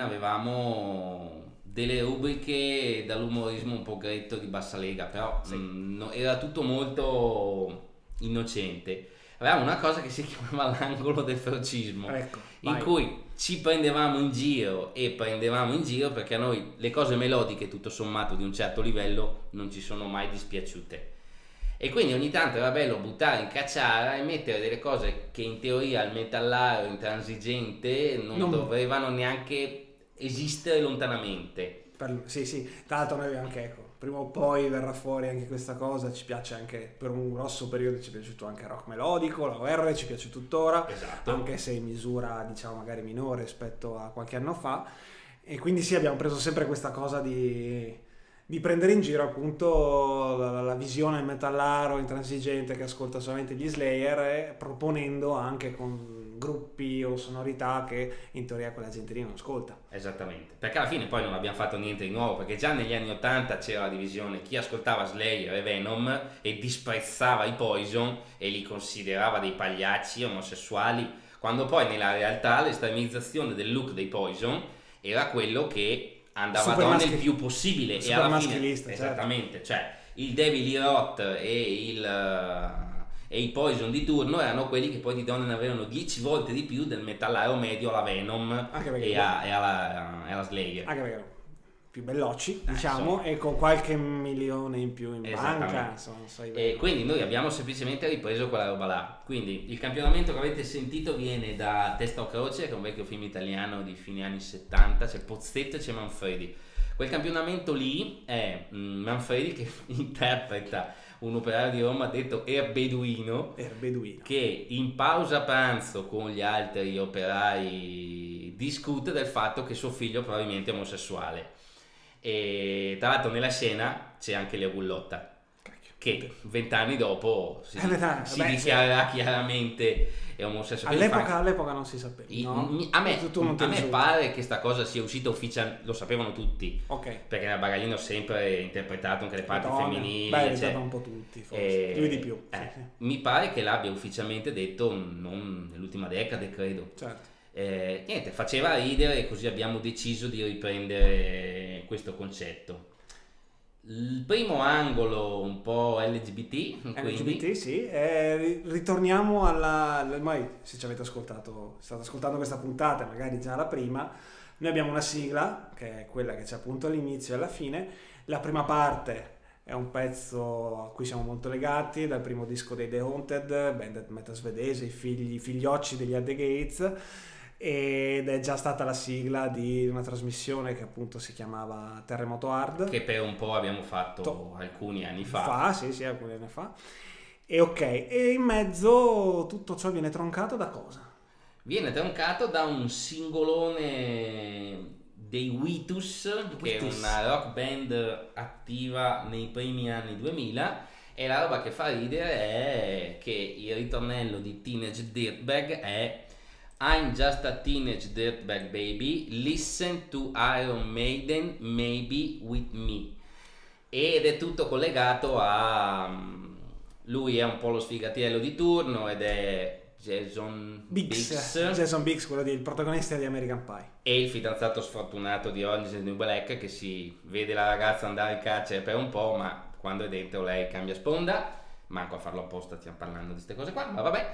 avevamo delle rubriche dall'umorismo un po' gretto di bassa lega, però sì. mh, no, era tutto molto innocente. Avevamo una cosa che si chiamava l'angolo del frocismo, ecco, in vai. cui ci prendevamo in giro e prendevamo in giro perché a noi le cose melodiche tutto sommato di un certo livello non ci sono mai dispiaciute, e quindi ogni tanto era bello buttare in cacciara e mettere delle cose che in teoria al metallaro intransigente non, non... dovevano neanche esistere lontanamente. Per, sì sì, tra l'altro noi anche, ecco, prima o poi verrà fuori anche questa cosa, ci piace anche per un grosso periodo, ci è piaciuto anche rock melodico, la O R ci piace tuttora, esatto. Anche se in misura diciamo magari minore rispetto a qualche anno fa, e quindi sì, abbiamo preso sempre questa cosa di, di prendere in giro appunto la, la visione metallaro intransigente che ascolta solamente gli Slayer, e proponendo anche con gruppi o sonorità che in teoria quella gente lì non ascolta. Esattamente, perché alla fine poi non abbiamo fatto niente di nuovo, perché già negli anni ottanta c'era la divisione chi ascoltava Slayer e Venom e disprezzava i Poison e li considerava dei pagliacci omosessuali, quando poi nella realtà l'estremizzazione del look dei Poison era quello che andava a donne il più possibile, e alla fine esattamente, certo. Cioè il David Lee Roth e il e i Poison di turno erano quelli che poi di donne ne avevano dieci volte di più del metallaro medio alla Venom e, a, e, alla, e alla Slayer, anche perché più bellocci diciamo, eh, e con qualche milione in più in banca, insomma, e quindi noi abbiamo semplicemente ripreso quella roba là. Quindi il campionamento che avete sentito viene da Testa o Croce, che è un vecchio film italiano di fine anni settanta, c'è Pozzetto e c'è Manfredi. Quel campionamento lì è mm, Manfredi che interpreta un operaio di Roma detto Erbeduino, Erbeduino, che in pausa pranzo con gli altri operai discute del fatto che suo figlio probabilmente è omosessuale. E tra l'altro nella scena c'è anche Leo Gullotta, che vent'anni dopo si, Eh, beh, si beh, dichiarerà chiaramente è omosessuale. All'epoca, Fa... all'epoca non si sapeva. I, No? mi, a me, Tu non ti a me risulta. pare che sta cosa sia uscita ufficialmente, lo sapevano tutti, Ok. perché nel Bagaglino ha sempre interpretato anche le parti Donne. femminili. Beh, cioè, un po' tutti, forse. eh, Lui di più. eh, Sì, sì. Mi pare che l'abbia ufficialmente detto non nell'ultima decade, credo. Certo. Eh, niente, faceva ridere e così abbiamo deciso di riprendere questo concetto. Il primo angolo un po' L G B T, quindi... L G B T, sì. Eh, ritorniamo alla... Ormai, se ci avete ascoltato, state ascoltando questa puntata, magari già la prima, noi abbiamo una sigla, che è quella che c'è appunto all'inizio e alla fine. La prima parte è un pezzo a cui siamo molto legati, dal primo disco dei The Haunted, band metal svedese, i figli, i figliocci degli At The Gates, ed è già stata la sigla di una trasmissione che appunto si chiamava Terremoto Hard, che per un po' abbiamo fatto To- alcuni anni fa. fa sì sì alcuni anni fa, e ok, e in mezzo tutto ciò viene troncato da cosa? Viene troncato da un singolone dei Witus, che è Witus. una rock band attiva nei primi anni duemila, e la roba che fa ridere è che il ritornello di Teenage Dirtbag è I'm just a teenage dirtbag baby, listen to Iron Maiden, maybe with me. Ed è tutto collegato a... lui è un po' lo sfigatiello di turno ed è Jason Biggs, Biggs, Jason Biggs, quello del protagonista di American Pie, e il fidanzato sfortunato di Orange is the New Black, che si vede la ragazza andare in carcere per un po', ma quando è dentro lei cambia sponda. Manco a farlo apposta, stiamo parlando di queste cose qua, ma vabbè.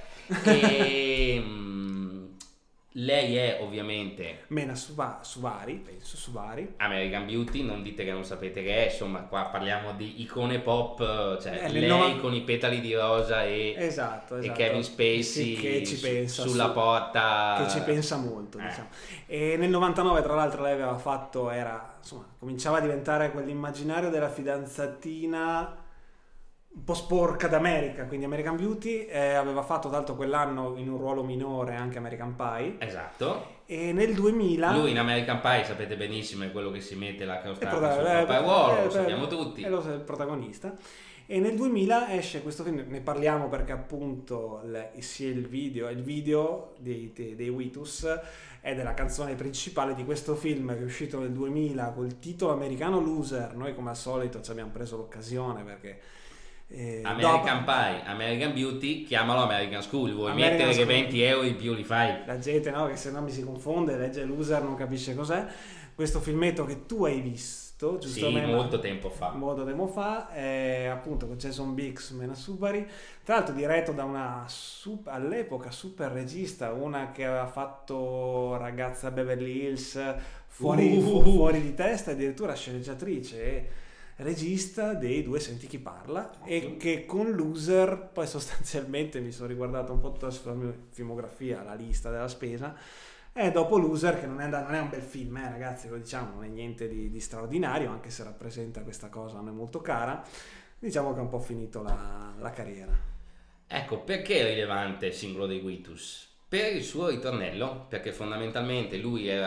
E... mh, lei è ovviamente Mena Suva- Suvari, penso Suvari. American Beauty, non dite che non sapete che è, insomma qua parliamo di icone pop, cioè Eh, nel lei nova- con i petali di rosa e, Esatto, e esatto. Kevin Spacey Sì, che ci su- pensa sulla su- porta, che ci pensa molto, Eh. diciamo. E nel novantanove tra l'altro lei aveva fatto, era insomma, cominciava a diventare quell'immaginario della fidanzatina un po' sporca d'America, quindi American Beauty, eh, aveva fatto tra l'altro quell'anno in un ruolo minore anche American Pie, Esatto. e nel duemila Lui in American Pie sapete benissimo è quello che si mette la è crostata prota- sul eh, proprio eh, ruolo, eh, lo sappiamo eh, tutti. è lo è il protagonista. E nel duemila esce questo film, ne parliamo perché appunto il, sia il video, il video dei, dei, dei Witus è della canzone principale di questo film che è uscito nel duemila col titolo americano Loser. Noi come al solito ci abbiamo preso l'occasione perché eh, American dopo- Pie, American Beauty, chiamalo American School, vuoi American mettere che School. venti euro in più li fai? la gente, no, che se no mi si confonde, legge Loser, non capisce cos'è. Questo filmetto che tu hai visto, giusto? Sì, Mena? molto tempo fa. Molto tempo fa, è appunto con Jason Biggs, Mena Suvari, tra l'altro diretto da una sup- all'epoca super regista, una che aveva fatto Ragazza Beverly Hills, fuori, Uh. fu- fuori di testa, addirittura sceneggiatrice e regista dei Due Senti Chi Parla, e che con Loser poi sostanzialmente mi sono riguardato un po' tutta la sua filmografia, la lista della spesa. E dopo Loser, che non è, non è un bel film, eh, ragazzi, lo diciamo, non è niente di, di straordinario, anche se rappresenta questa cosa, non è molto cara, diciamo che è un po' finito la, la carriera. Ecco, perché è rilevante il singolo dei Witus? Per il suo ritornello, perché fondamentalmente lui è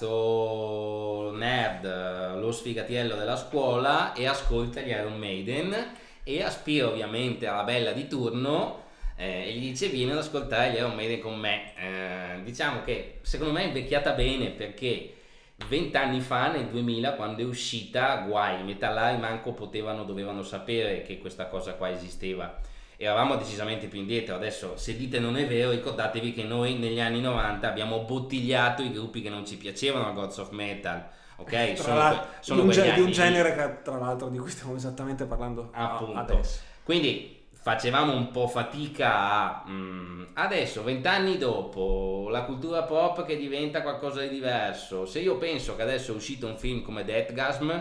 ragazzo nerd, lo sfigatiello della scuola, e ascolta gli Iron Maiden e aspira ovviamente alla bella di turno, eh, e gli dice vieni ad ascoltare gli Iron Maiden con me. Eh, diciamo che secondo me è invecchiata bene, perché vent'anni fa, nel duemila, quando è uscita, guai, i metallari manco potevano, dovevano sapere che questa cosa qua esisteva. Eravamo decisamente più indietro. Adesso, se dite non è vero, ricordatevi che noi negli anni novanta abbiamo bottigliato i gruppi che non ci piacevano a Gods of Metal, ok? Tra Sono, l'altro, que- sono di, un, quegli ge- di un anni genere che tra l'altro di cui stiamo esattamente parlando a- appunto. adesso. Quindi facevamo un po' fatica a mm, adesso, vent'anni dopo, la cultura pop che diventa qualcosa di diverso. Se io penso che adesso è uscito un film come Deathgasm,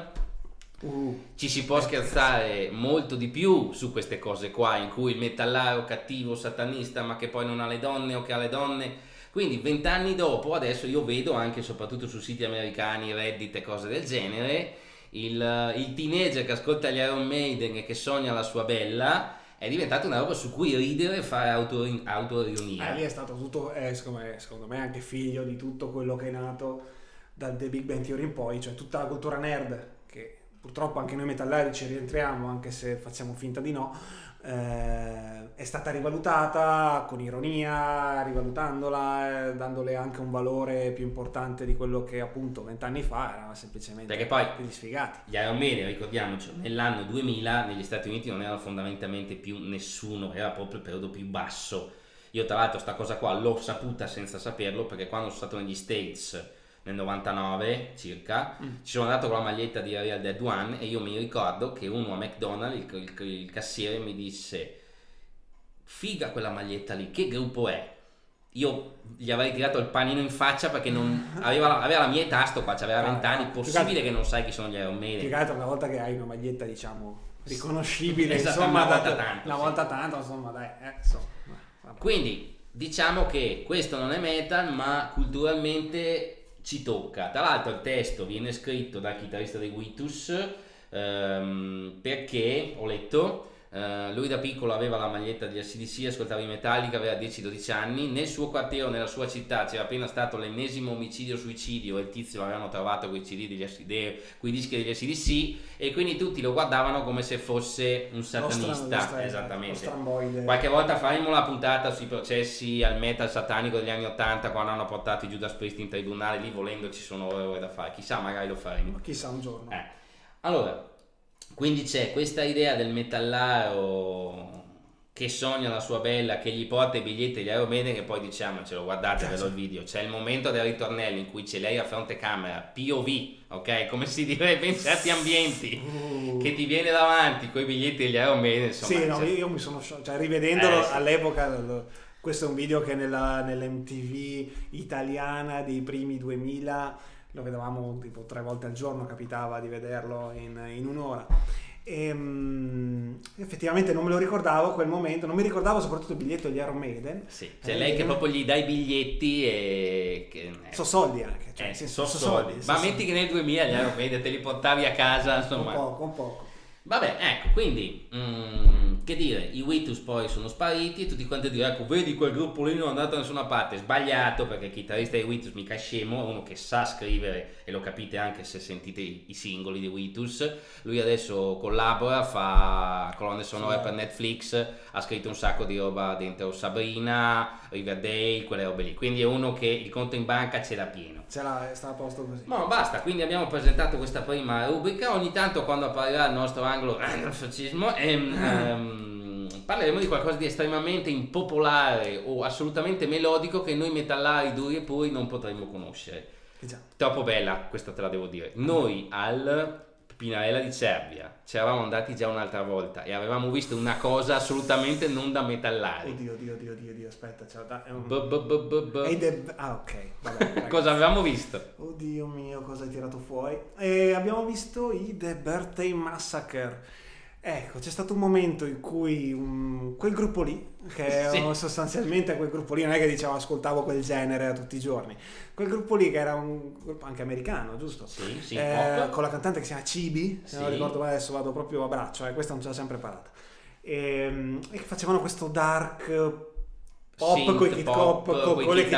Uh, ci si può scherzare molto di più su queste cose qua, in cui il metallaro cattivo satanista ma che poi non ha le donne, o che ha le donne Quindi vent'anni dopo, adesso io vedo anche soprattutto su siti americani, Reddit e cose del genere, il, il teenager che ascolta gli Iron Maiden e che sogna la sua bella è diventata una roba su cui ridere e fare auto, autoironia. Eh, lì è stato tutto, eh, secondo, me, secondo me anche figlio di tutto quello che è nato dal The Big Bang Theory in poi, cioè tutta la cultura nerd, che purtroppo anche noi metallari ci rientriamo, anche se facciamo finta di no, eh, è stata rivalutata con ironia, rivalutandola, eh, dandole anche un valore più importante di quello che appunto vent'anni fa era semplicemente perché poi degli sfigati. Gli Iron Maiden, ricordiamoci, nell'anno duemila negli Stati Uniti non erano fondamentalmente più nessuno, era proprio il periodo più basso. Io tra l'altro sta cosa qua l'ho saputa senza saperlo, perché quando sono stato negli States nel novantanove circa, mm. ci sono andato con la maglietta di Real Dead One e io mi ricordo che uno a McDonald's, il, il, il cassiere, mi disse: figa quella maglietta lì, che gruppo è? Io gli avrei tirato il panino in faccia perché non aveva, la, aveva la mia età, sto qua, aveva vent'anni, possibile che non sai chi sono gli Iron Maiden. Più che altro una volta che hai una maglietta diciamo riconoscibile, esatto, insomma, una volta da, tanto, una sì. volta tanto, insomma, dai, eh, insomma. Quindi diciamo che questo non è metal, ma culturalmente ci tocca. Tra l'altro il testo viene scritto dal chitarrista dei Vitus, ehm, perché ho letto, eh, lui da piccolo aveva la maglietta degli A C D C, ascoltava i Metallica, aveva dieci dodici anni, nel suo quartiere, nella sua città c'era appena stato l'ennesimo omicidio suicidio e il tizio l'avevano trovato con i C D degli A C D, con i dischi degli A C D C, e quindi tutti lo guardavano come se fosse un satanista. Str- esattamente. Qualche volta faremo la puntata sui processi al metal satanico degli anni ottanta, quando hanno portato i Judas Priest in tribunale, lì volendo ci sono ore da fare, chissà, magari lo faremo, chissà un giorno. eh. Allora, quindi c'è questa idea del metallaro che sogna la sua bella, che gli porta i biglietti agli Iron Maiden, che poi diciamocelo, guardatevelo il video, c'è il momento del ritornello in cui c'è lei a fronte camera, P O V, ok, come si direbbe in certi ambienti, uh. che ti viene davanti con i biglietti degli Iron Maiden, insomma. Sì, no, cioè... io mi sono, cioè rivedendolo eh, sì. all'epoca, questo è un video che nella, nell'M T V italiana dei primi duemila lo vedevamo tipo tre volte al giorno, capitava di vederlo in, in un'ora. E, um, effettivamente non me lo ricordavo quel momento, non mi ricordavo soprattutto il biglietto degli Iron Maiden. Sì, c'è eh, lei che proprio gli dà i biglietti e che, eh, so soldi anche, cioè, eh, sì, so, so soldi. soldi Ma so metti soldi. che nel duemila gli Iron Maiden te li portavi a casa, insomma. Un poco, un poco. Vabbè, ecco, quindi mm, che dire, i Vitus poi sono spariti e tutti quanti a dire: ecco, vedi quel gruppo lì non è andato da nessuna parte. Sbagliato, perché il chitarrista dei Vitus mica è scemo, è uno che sa scrivere, e lo capite anche se sentite i, i singoli dei Vitus. Lui adesso collabora, fa colonne sonore sì. per Netflix, ha scritto un sacco di roba dentro Sabrina, Riverdale, quelle robe lì, quindi è uno che il conto in banca ce l'ha pieno. Ce l'ha, sta a posto così. No, basta, quindi abbiamo presentato questa prima rubrica. Ogni tanto, quando apparirà il nostro angolo del fascismo, ehm, ehm, parleremo di qualcosa di estremamente impopolare o assolutamente melodico che noi metallari duri e puri non potremmo conoscere. Esatto. Troppo bella, questa te la devo dire. Noi al Pinarella di Cervia ci eravamo andati già un'altra volta e avevamo visto una cosa assolutamente non da metallari. Oddio, oddio, oddio, oddio, oddio aspetta, c'è da, è un... b, b, b, b, b. Hey, the... Ah, ok. Vabbè, cosa avevamo visto? Oddio mio, cosa hai tirato fuori? E abbiamo visto i The Birthday Massacre. Ecco, c'è stato un momento in cui um, quel gruppo lì, che sì. sostanzialmente quel gruppo lì, non è che dicevo ascoltavo quel genere a tutti i giorni, quel gruppo lì che era un gruppo anche americano, giusto? Sì, sì, eh, con la cantante che si chiama Cibi, se sì. non ricordo male, adesso vado proprio a braccio, eh, questa non ce l'ho sempre parata, e, e che facevano questo dark pop con i kit pop, con, con le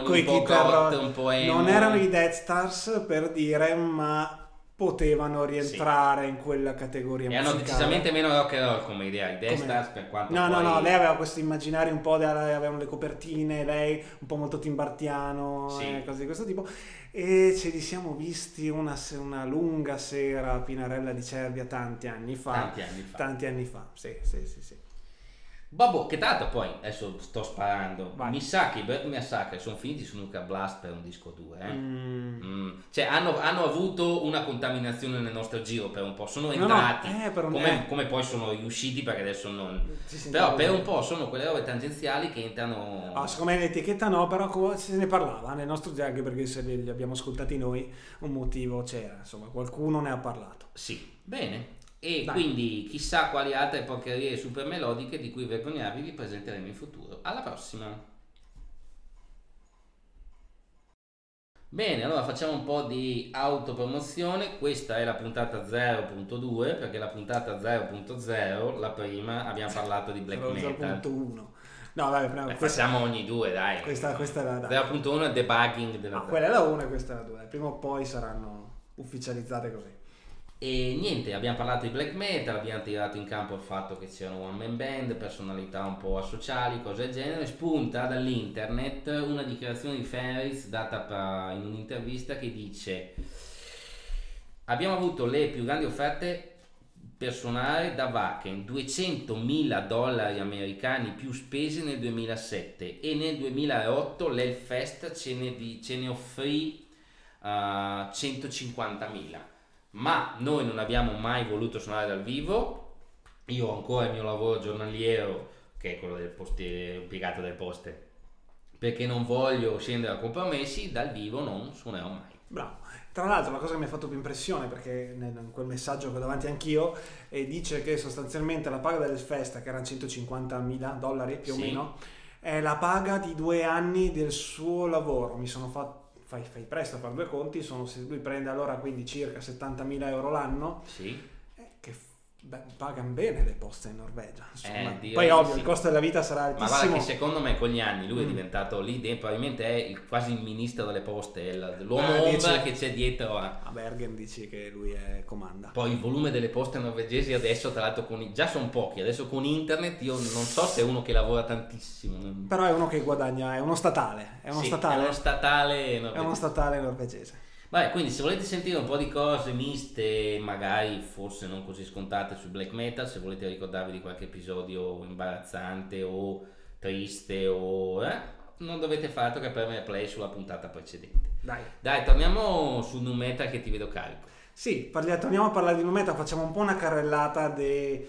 chitarroni, non erano i Death Stars per dire, ma potevano rientrare sì. in quella categoria e musicale. Hanno decisamente meno rock and roll come idea i Death Stars, per quanto no poi... no no lei aveva questo immaginario un po', avevano le copertine, lei un po' molto timbartiano, sì. e cose di questo tipo, e ce li siamo visti una, una lunga sera a Pinarella di Cervia tanti anni fa tanti anni fa tanti anni fa sì sì sì sì Babbo, che tanto poi, adesso sto sparando, Vai. mi sa che i Birthday Massacre sono finiti su Nuclear Blast per un disco due, eh? mm. Mm. Cioè hanno, hanno avuto una contaminazione nel nostro giro per un po', sono entrati, no, no. Eh, per un... come, come poi sono riusciti, perché adesso non... Però per un po' sono quelle robe tangenziali che entrano... Ah, secondo me l'etichetta no, però se ne parlava nel nostro giro, anche perché se li abbiamo ascoltati noi un motivo c'era, insomma qualcuno ne ha parlato. Sì, bene. E Dai. Quindi chissà quali altre porcherie super melodiche di cui vergognarvi vi presenteremo in futuro. Alla prossima! Bene, allora facciamo un po' di autopromozione. Questa è la puntata zero punto due, perché la puntata zero punto zero, la prima, abbiamo parlato di black metal. zero punto uno. No, dai, prima, Beh, questa, facciamo ogni due, dai. Questa, questa è la dai. zero punto uno è debugging della No, quella è la uno e questa è la due. Prima o poi saranno ufficializzate così. E niente, abbiamo parlato di black metal, abbiamo tirato in campo il fatto che c'erano one man band, personalità un po' asociali, cose del genere. Spunta dall'internet una dichiarazione di Fenriz data in un'intervista che dice: abbiamo avuto le più grandi offerte per suonare da Wacken, duecentomila dollari americani più spesi nel duemilasette, e nel duemilaotto l'Hellfest ce ne, di, ce ne offrì uh, centocinquantamila. Ma noi non abbiamo mai voluto suonare dal vivo. Io ho ancora il mio lavoro giornaliero, che è quello del postiere, impiegato delle poste, perché non voglio scendere a compromessi. Dal vivo non suonerò mai. Bravo. Tra l'altro la cosa che mi ha fatto più impressione, perché in quel messaggio che ho davanti anch'io, eh, dice che sostanzialmente la paga del Festa, che erano centocinquantamila dollari più o Sì. meno, è la paga di due anni del suo lavoro. Mi sono fatto Fai, fai presto a fare due conti, sono, se lui prende allora quindi circa settantamila euro l'anno, Sì. eh, che beh, pagano bene le poste in Norvegia, insomma. Eh, Poi ovvio sì. il costo della vita sarà Ma altissimo. guarda che secondo me con gli anni lui è Mm. diventato lì dentro, probabilmente è il, quasi il ministro delle poste, è la- l'uomo Ah, ombra dici- che c'è dietro a... A Bergen dici che lui è comanda. Poi il volume delle poste norvegesi adesso, tra l'altro, con i- già sono pochi, adesso con internet io non so se è uno che lavora tantissimo. non- Però è uno che guadagna, è uno statale, è uno Sì, statale, è uno statale è norvegese. uno statale norvegese. Vabbè, quindi se volete sentire un po' di cose miste, magari forse non così scontate sul black metal, se volete ricordarvi di qualche episodio imbarazzante o triste o eh, non dovete fare altro che premere play sulla puntata precedente. Dai. Dai, torniamo sul nu metal che ti vedo carico. Sì, parliamo, torniamo a parlare di nu metal, facciamo un po' una carrellata dei,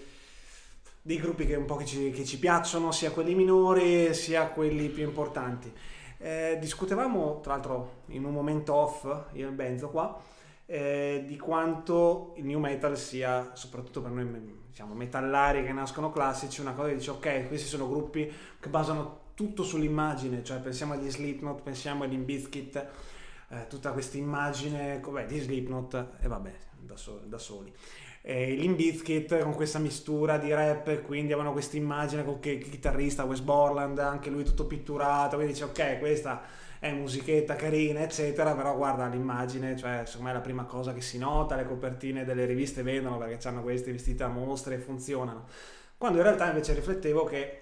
dei gruppi che un po' che ci, che ci piacciono, sia quelli minori sia quelli più importanti. Eh, discutevamo, tra l'altro, in un momento off, io e Benzo qua, eh, di quanto il new metal sia, soprattutto per noi diciamo metallari che nascono classici, una cosa che dice ok, questi sono gruppi che basano tutto sull'immagine, cioè pensiamo agli Slipknot, pensiamo agli Limp Bizkit, eh, tutta questa immagine beh, di Slipknot e vabbè da, so, da soli. E i Limp Bizkit con questa mistura di rap, quindi avevano questa immagine con che il chitarrista Wes Borland, anche lui tutto pitturato, quindi dice ok, questa è musichetta carina eccetera, però guarda l'immagine, cioè secondo me è la prima cosa che si nota, le copertine delle riviste vendono perché hanno questi vestiti a mostre e funzionano, quando in realtà invece riflettevo che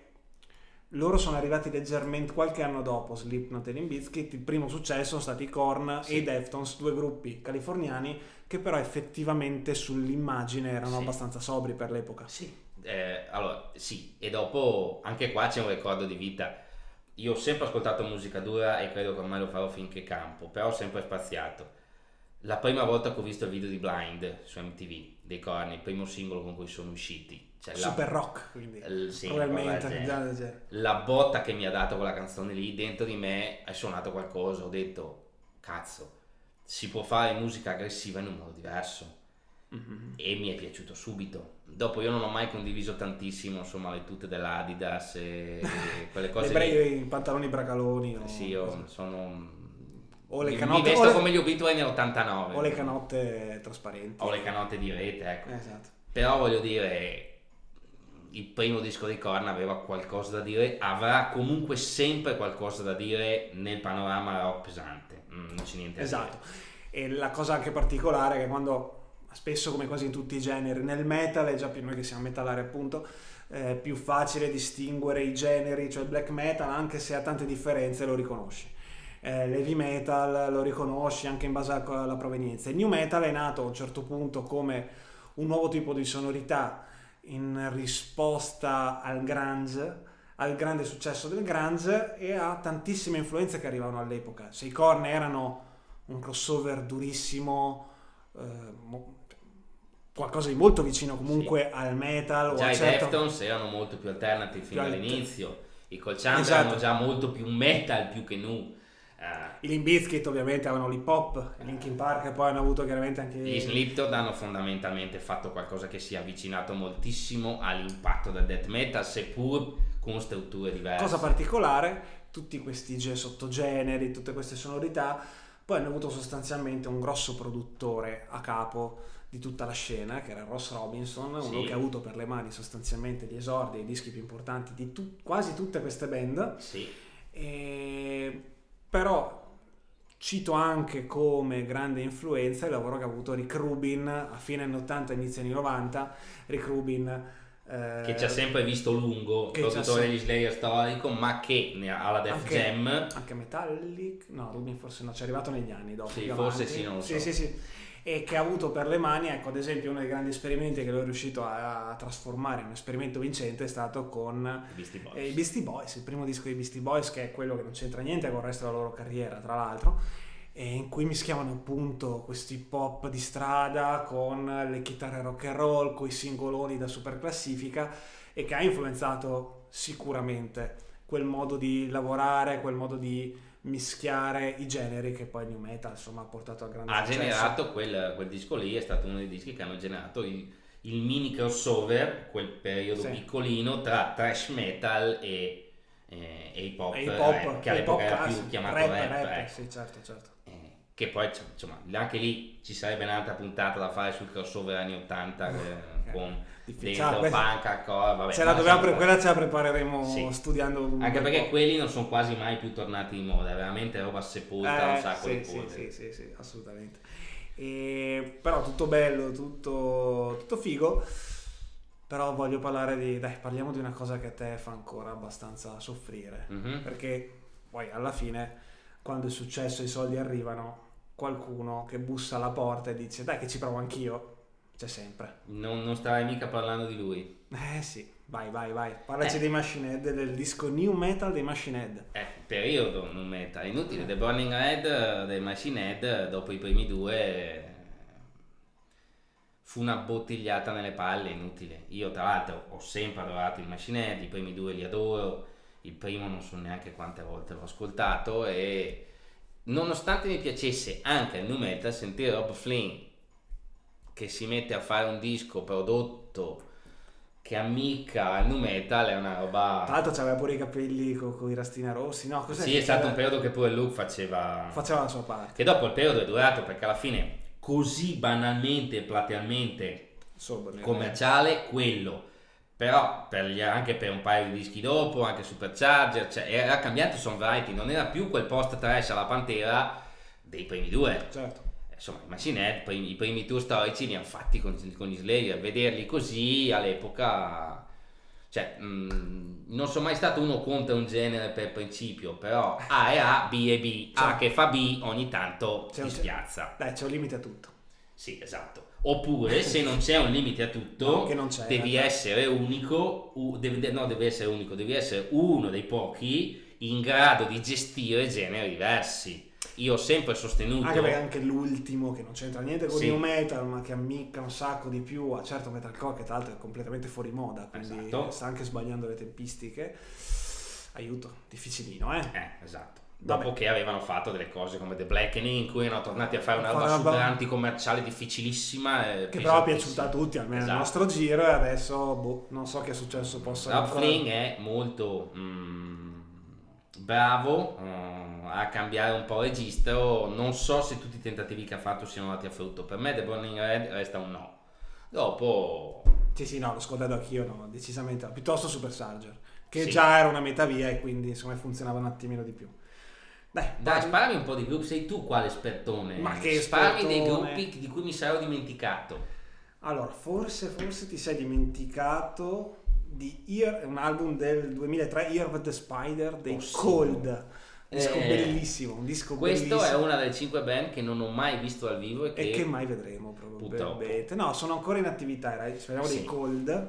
loro sono arrivati leggermente qualche anno dopo Slipknot e Limp Bizkit. Il primo successo sono stati i Korn Sì. e i Deftones, due gruppi californiani che però effettivamente sull'immagine erano Sì. abbastanza sobri per l'epoca. Sì, eh, allora sì, e dopo anche qua c'è un ricordo di vita. Io ho sempre ascoltato musica dura e credo che ormai lo farò finché campo, però ho sempre spaziato. La prima volta che ho visto il video di Blind su M T V dei Korn, il primo singolo con cui sono usciti, cioè Super la, rock, quindi l- sì, probabilmente guarda, già del genere. la botta che mi ha dato quella canzone lì, dentro di me è suonato qualcosa, ho detto cazzo, si può fare musica aggressiva in un modo diverso. Mm-hmm. E mi è piaciuto subito. Dopo io non ho mai condiviso tantissimo insomma le tute dell'Adidas e, e quelle cose Le bre- lì. i pantaloni bracaloni o, Sì, io sono o le mi- canotte mi vesto o le- come gli Obituary nell'ottantanove o le canotte trasparenti o le canotte di rete, ecco. esatto. Però voglio dire, il primo disco di Korn aveva qualcosa da dire, avrà comunque sempre qualcosa da dire nel panorama rock pesante. Mm, non c'è niente da Esatto. dire. E la cosa anche particolare è che quando spesso, come quasi in tutti i generi, nel metal è già più noi che siamo metallari appunto, è più facile distinguere i generi, cioè il black metal anche se ha tante differenze lo riconosci, eh, l'heavy metal lo riconosci anche in base alla provenienza. Il new metal è nato a un certo punto come un nuovo tipo di sonorità in risposta al grunge, al grande successo del grunge, e a tantissime influenze che arrivavano all'epoca. Se i Korn erano un crossover durissimo, eh, mo- qualcosa di molto vicino comunque Sì. al metal, Già o a i certo... Deftones erano molto più alternative Più fino alter- all'inizio, i Cold Chamber Esatto. erano già molto più metal più che nu. Eh, I Limp Bizkit ovviamente avevano l'hip hop, i Linkin Park poi hanno avuto chiaramente anche Gli Slipknot hanno fondamentalmente fatto qualcosa che si è avvicinato moltissimo all'impatto del death metal, seppur con strutture diverse. cosa particolare, tutti questi ge- sottogeneri, tutte queste sonorità Poi hanno avuto sostanzialmente un grosso produttore a capo di tutta la scena, che era Ross Robinson, Sì. uno che ha avuto per le mani sostanzialmente gli esordi e i dischi più importanti di tu- quasi tutte queste band. Sì. E... però cito anche come grande influenza il lavoro che ha avuto Rick Rubin a fine anni ottanta, inizio anni novanta. Rick Rubin eh, Che ci ha sempre visto lungo, che ci ha produttore sem- degli Slayer storico, ma che ne ha la Def anche, Jam. anche Metallic, no, Rubin forse no, ci è arrivato negli anni dopo. Sì, più forse avanti. sì, non lo sì, so. sì, sì. E che ha avuto per le mani, ecco, ad esempio uno dei grandi esperimenti che lui è riuscito a, a trasformare in un esperimento vincente è stato con I Beastie Boys. eh, i Beastie Boys, il primo disco dei Beastie Boys, che è quello che non c'entra niente con il resto della loro carriera, tra l'altro, e in cui mischiavano appunto questi pop di strada con le chitarre rock and roll, con i singoloni da super classifica, e che ha influenzato sicuramente quel modo di lavorare, quel modo di mischiare i generi che poi New Metal insomma ha portato a grande Ha successo. generato quel, quel disco lì, è stato uno dei dischi che hanno generato il, il mini crossover, quel periodo Sì. piccolino tra thrash metal e, e, e hip hop, E hip hop, rap, che e hip hop all'epoca era classico, più chiamato rap, rap, rap, ecco. sì, certo, certo. Eh, che poi insomma anche lì ci sarebbe un'altra puntata da fare sul crossover anni ottanta eh, con Difficile. dentro Questa- punk, hardcore, vabbè, Ce la ma dobbiamo sempre- pre- quella ce la prepareremo Sì. studiando un anche bel perché po'. quelli non sono quasi mai più tornati di moda, è veramente roba sepolta da un Eh, sacco sì, di sì, polvere. sì, sì, sì, assolutamente. E, però tutto bello, tutto, tutto figo. Però voglio parlare di, dai, parliamo di una cosa che a te fa ancora abbastanza soffrire. Mhm. Perché poi alla fine, quando il successo e i soldi arrivano, qualcuno che bussa alla porta e dice dai che ci provo anch'io, c'è sempre. Non, non starai mica parlando di lui. Eh sì, vai, vai, vai. Parlaci Eh. dei Machine Head, del disco New Metal dei Machine Head. Eh, periodo non meta, è inutile. The Burning Red eh, dei Machine Head, dopo i primi due, eh, fu una bottigliata nelle palle, inutile. Io tra l'altro ho sempre adorato i Machine Head, i primi due li adoro, il primo non so neanche quante volte l'ho ascoltato, e nonostante mi piacesse anche il nu metal, sentire Rob Flynn che si mette a fare un disco prodotto che ammicca al nu metal è una roba. Tra l'altro c'aveva pure i capelli con, i rastina rossi, no? Cos'è Sì, che è stato c'era? un periodo che pure Luke faceva. Faceva la sua parte. Che dopo il periodo è durato perché alla fine, così banalmente e platealmente Insomma, commerciale, quello. Però per gli- anche per un paio di dischi dopo, anche Supercharger, cioè era cambiato Songwriting, non era più quel post trash alla Pantera dei primi due. certo. Insomma, i Machine Head, poi- i primi tour storici li hanno fatti con, con gli Slayer, vederli così all'epoca, cioè mh, non sono mai stato uno contro un genere per principio, però A è A, B è B, A Sì. che fa B ogni tanto C'è ti un- spiazza. Dai, c'è un limite a tutto. Sì, esatto. Oppure se non c'è un limite a tutto, No, che non c'è, devi in realtà. essere unico, u- devi- de- no, devi essere unico, devi essere uno dei pochi in grado di gestire generi diversi. Io ho sempre sostenuto. Anche perché anche l'ultimo, che non c'entra niente con Sì. New Metal, ma che ammicca un sacco di più a certo metalcore, che tra l'altro è completamente fuori moda, quindi Esatto. sta anche sbagliando le tempistiche. Aiuto, difficilino, eh? Eh, esatto. Vabbè. Dopo che avevano fatto delle cose come The Blackening, in cui erano tornati a fare una roba Fa- super anticommerciale difficilissima. e Che però è pesantissima. piaciuta a tutti, almeno Esatto. nel nostro giro, e adesso, boh, non so che è successo, posso Rob ancora... Flynn è molto mm, bravo mm, a cambiare un po' registro. Non so se tutti i tentativi che ha fatto siano andati a frutto. Per me The Burning Red resta un no. Dopo Sì, sì, no, l'ho ascoltato anch'io, no, decisamente, no. Piuttosto Supercharger, che Sì. già era una metà via e quindi insomma funzionava un attimino di più. Dai, dai, parli- sparami un po' di gruppi. Sei tu quale espertone? Ma che Sparami dei espertone? gruppi di cui mi sarò dimenticato. Allora, forse, forse ti sei dimenticato di Ear, un album del duemilatré, Ear of the Spider, dei Oh, sì. Cold. Un disco Eh, bellissimo, un disco Questo bellissimo. è una delle cinque band che non ho mai visto dal vivo e che, E che mai vedremo probabilmente. Purtroppo. No, sono ancora in attività, era- speriamo Sì. dei Cold.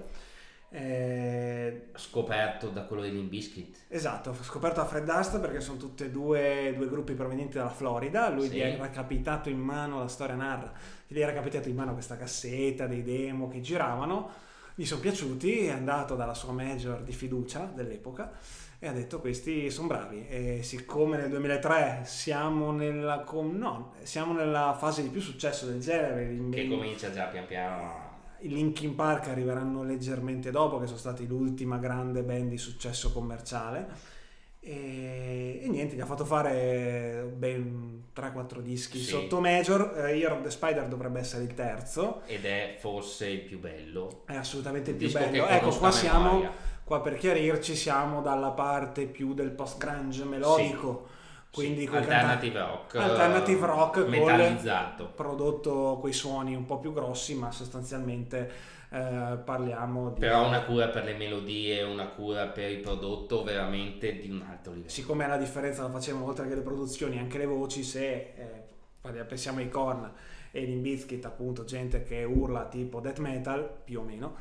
Eh, ho scoperto da quello dei Limp Bizkit. esatto, ho scoperto a Fred Dust perché sono tutti e due, due gruppi provenienti dalla Florida. Lui Sì. gli era capitato in mano, la storia narra, gli era capitato in mano questa cassetta, dei demo che giravano, gli sono piaciuti, è andato dalla sua major di fiducia dell'epoca e ha detto questi sono bravi. E siccome nel duemilatré siamo nella, com- no, siamo nella fase di più successo del genere, i- Che comincia già pian piano. i Linkin Park arriveranno leggermente dopo, che sono stati l'ultima grande band di successo commerciale, e, e niente, gli ha fatto fare ben tre quattro dischi Sì. sotto major. uh, Year of the Spider dovrebbe essere il terzo, ed è forse il più bello, è assolutamente il un più disco che bello. Ecco, conosco qua a siamo, memoria. qua per chiarirci, siamo dalla parte più del post-grunge melodico, quindi Sì, coi alternative rock, alternative rock col- metallizzato. prodotto quei suoni un po' più grossi, ma sostanzialmente eh, parliamo di... Però una cura per le melodie, una cura per il prodotto veramente di un alto livello. Siccome la differenza la facevano oltre che le produzioni anche le voci, se eh, pensiamo ai Korn e Limp Bizkit, appunto gente che urla tipo death metal più o meno,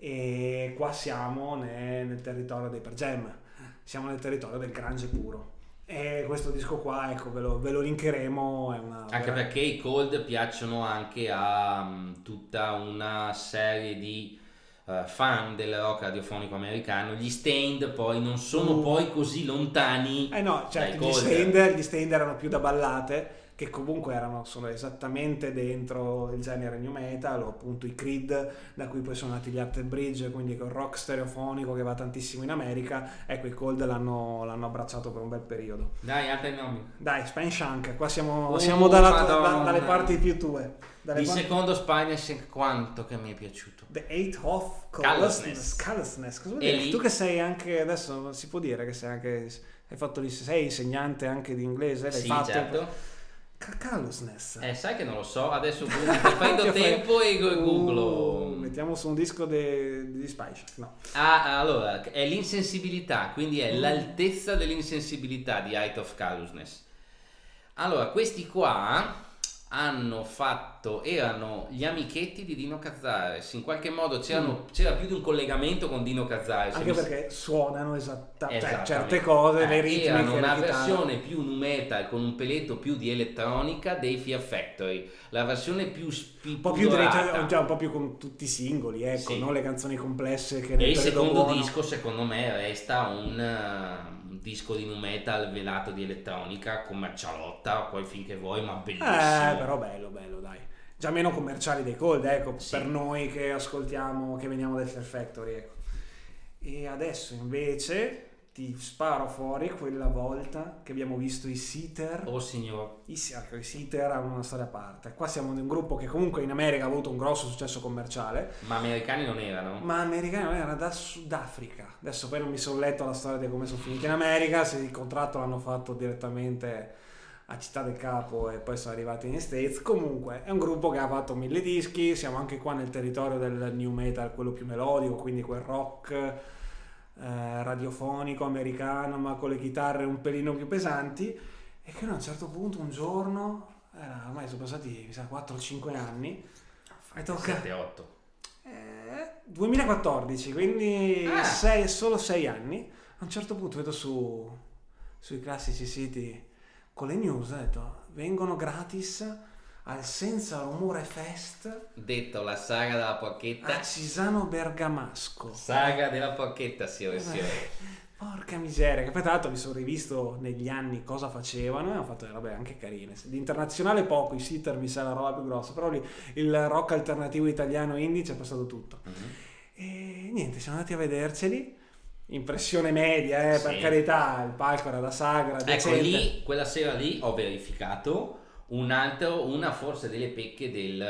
e qua siamo nel, nel territorio dei Pearl Jam, siamo nel territorio del grunge puro. E questo disco qua, ecco, ve lo, ve lo linkeremo, è una Anche vera- perché i Cold piacciono anche a um, tutta una serie di uh, fan del rock radiofonico americano. Gli Stained poi non sono Uh. poi così lontani Eh no, certo, dai gli Cold. Stained, gli Stained erano più da ballate, che comunque erano sono esattamente dentro il genere new metal, o appunto i Creed, da cui poi sono nati gli Alter Bridge, quindi quel rock stereofonico che va tantissimo in America. Ecco, i Cold l'hanno, l'hanno abbracciato per un bel periodo. Dai, altri nomi. Dai, Spine Shank, qua siamo, Oh, siamo dalla tua- Madonna. da- dalle parti più tue. Dalle Il parti- secondo Spine, quanto che mi è piaciuto. The Eight of Callousness. Callousness. Cosa vuol E dire? lì- Tu che sei anche, adesso si può dire che sei anche, hai fatto lì, sei insegnante anche di inglese, l'hai Sì, fatto? certo. Ca- Callousness. Eh, sai che non lo so, adesso prendo Ti fai- tempo e Uh, googlo. mettiamo su un disco de- di Spice. No. Ah, allora, è l'insensibilità, quindi è l'altezza dell'insensibilità di Height of Callousness. Allora, questi qua hanno fatto, erano gli amichetti di Dino Cazzares, in qualche modo c'erano, c'era più di un collegamento con Dino Cazzares. Anche Mi- perché suonano esatta- cioè, Esattamente. certe cose, le Eh, ritmiche, erano le una chitarre. versione più nu metal con un peletto più di elettronica dei Fear Factory, la versione più spi- Un po' più dorata. dritta, cioè un po' più con tutti i singoli, ecco, Sì. non le canzoni complesse che E nel il periodo secondo buono. disco secondo me resta un, uh, un disco di nu metal velato di elettronica, commercialotta, poi finché vuoi, ma bellissimo. Eh, però bello, bello, dai. Già meno commerciali dei Cold, ecco, Sì. per noi che ascoltiamo, che veniamo dal Fear Factory, ecco. E adesso invece ti sparo fuori quella volta che abbiamo visto i Seether. Oh signor, I, ecco, i Seether hanno una storia a parte. Qua siamo in un gruppo che comunque in America ha avuto un grosso successo commerciale, ma americani non erano? ma americano era da Sudafrica. Adesso poi non mi sono letto la storia di come sono finiti in America, se il contratto l'hanno fatto direttamente a Città del Capo e poi sono arrivati negli States. Comunque è un gruppo che ha fatto mille dischi, siamo anche qua nel territorio del new metal, quello più melodico, quindi quel rock eh, radiofonico americano, ma con le chitarre un pelino più pesanti, e che a un certo punto un giorno, era, ormai sono passati mi sa quattro o cinque anni, e tocca sette otto. eh, duemilaquattordici, quindi Ah. sei- solo sei anni. A un certo punto vedo su sui classici siti con le news, ho detto, vengono gratis al Senza Rumore Fest Detto la saga della porchetta, a Cisano Bergamasco. saga della porchetta, signore e signori. Porca miseria, che poi tra l'altro mi sono rivisto negli anni cosa facevano e ho fatto delle robe anche carine. Di internazionale poco, i Seether mi sa la roba più grossa, però lì il rock alternativo italiano indie c'è passato tutto. Mhm. E niente, siamo andati a vederceli. Impressione media, eh, per Sì. carità, il palco era da sagra, Ecco, decente. lì, quella sera lì ho verificato un altro, una forse delle pecche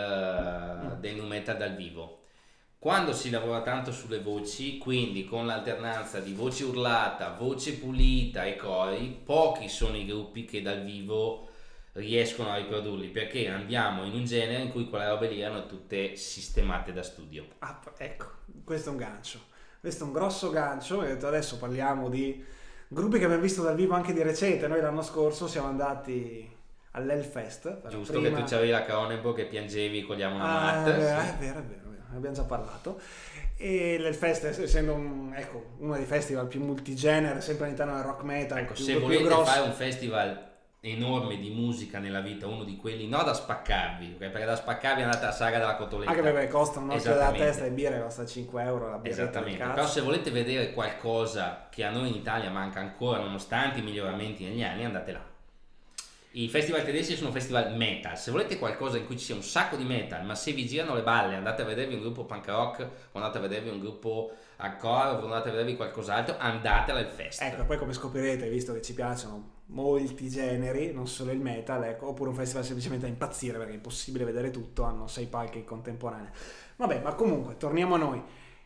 del, del nu metal dal vivo. Quando si lavora tanto sulle voci, quindi con l'alternanza di voce urlata, voce pulita e cori, pochi sono i gruppi che dal vivo riescono a riprodurli, perché andiamo in un genere in cui quelle robe lì erano tutte sistemate da studio. Ah, ecco, questo è un gancio. Questo è un grosso gancio. E adesso parliamo di gruppi che abbiamo visto dal vivo anche di recente. Noi l'anno scorso siamo andati all'Hellfest. per la Giusto prima- che tu c'avevi la Cronenberg che piangevi con gli Ah, Amunamat. è vero, è vero, è vero, è vero, ne abbiamo già parlato. E l'Hellfest, essendo un, ecco, uno dei festival più multigenere, sempre all'interno del rock metal, Ecco, più, se più volete grosso. fare un festival enorme di musica nella vita, uno di quelli, no da spaccarvi, ok? Perché da spaccarvi andate alla saga della cotoletta. Anche perché costano un occhio della Esattamente. testa, e birra costa cinque euro la birretta del Esattamente, cazzo. però se volete vedere qualcosa che a noi in Italia manca ancora nonostante i miglioramenti negli anni, andate là. I festival tedeschi sono festival metal. Se volete qualcosa in cui ci sia un sacco di metal, ma se vi girano le balle, andate a vedervi un gruppo punk rock, o andate a vedervi un gruppo hardcore, o andate a vedervi qualcos'altro, andatela al festival. Ecco, poi come scoprirete, visto che ci piacciono molti generi, non solo il metal, ecco, oppure un festival semplicemente a impazzire perché è impossibile vedere tutto, hanno sei palchi in contemporanea. Vabbè, ma comunque, torniamo a noi.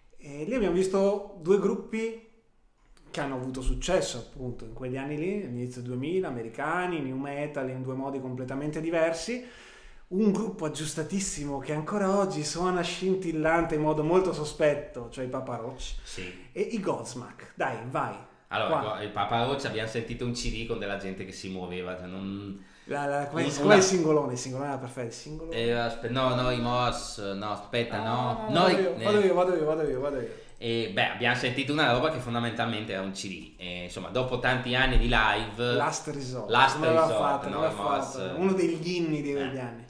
E lì abbiamo visto due gruppi che hanno avuto successo appunto in quegli anni lì, inizio duemila, americani, new metal in due modi completamente diversi. Un gruppo aggiustatissimo che ancora oggi suona scintillante in modo molto sospetto, cioè i Papa Roach, Sì. e i Godsmack. Dai, vai. Allora, Qua. il Papa Roach abbiamo sentito un C D con della gente che si muoveva, cioè non... La, la, come Un- come una- il singolone? Il singolone era perfetto. Il singolone. Eh, aspe- no, no, i Moss, no, aspetta, no. Ah, Noi, vado, io, eh, vado io, vado io, vado io, vado io. E beh, abbiamo sentito una roba che fondamentalmente era un C D. E, insomma, dopo tanti anni di live, Last Resort. Last non l'aveva Resort, fatto, non no, l'aveva Moss, fatto. Uno degli inni di quegli eh. anni.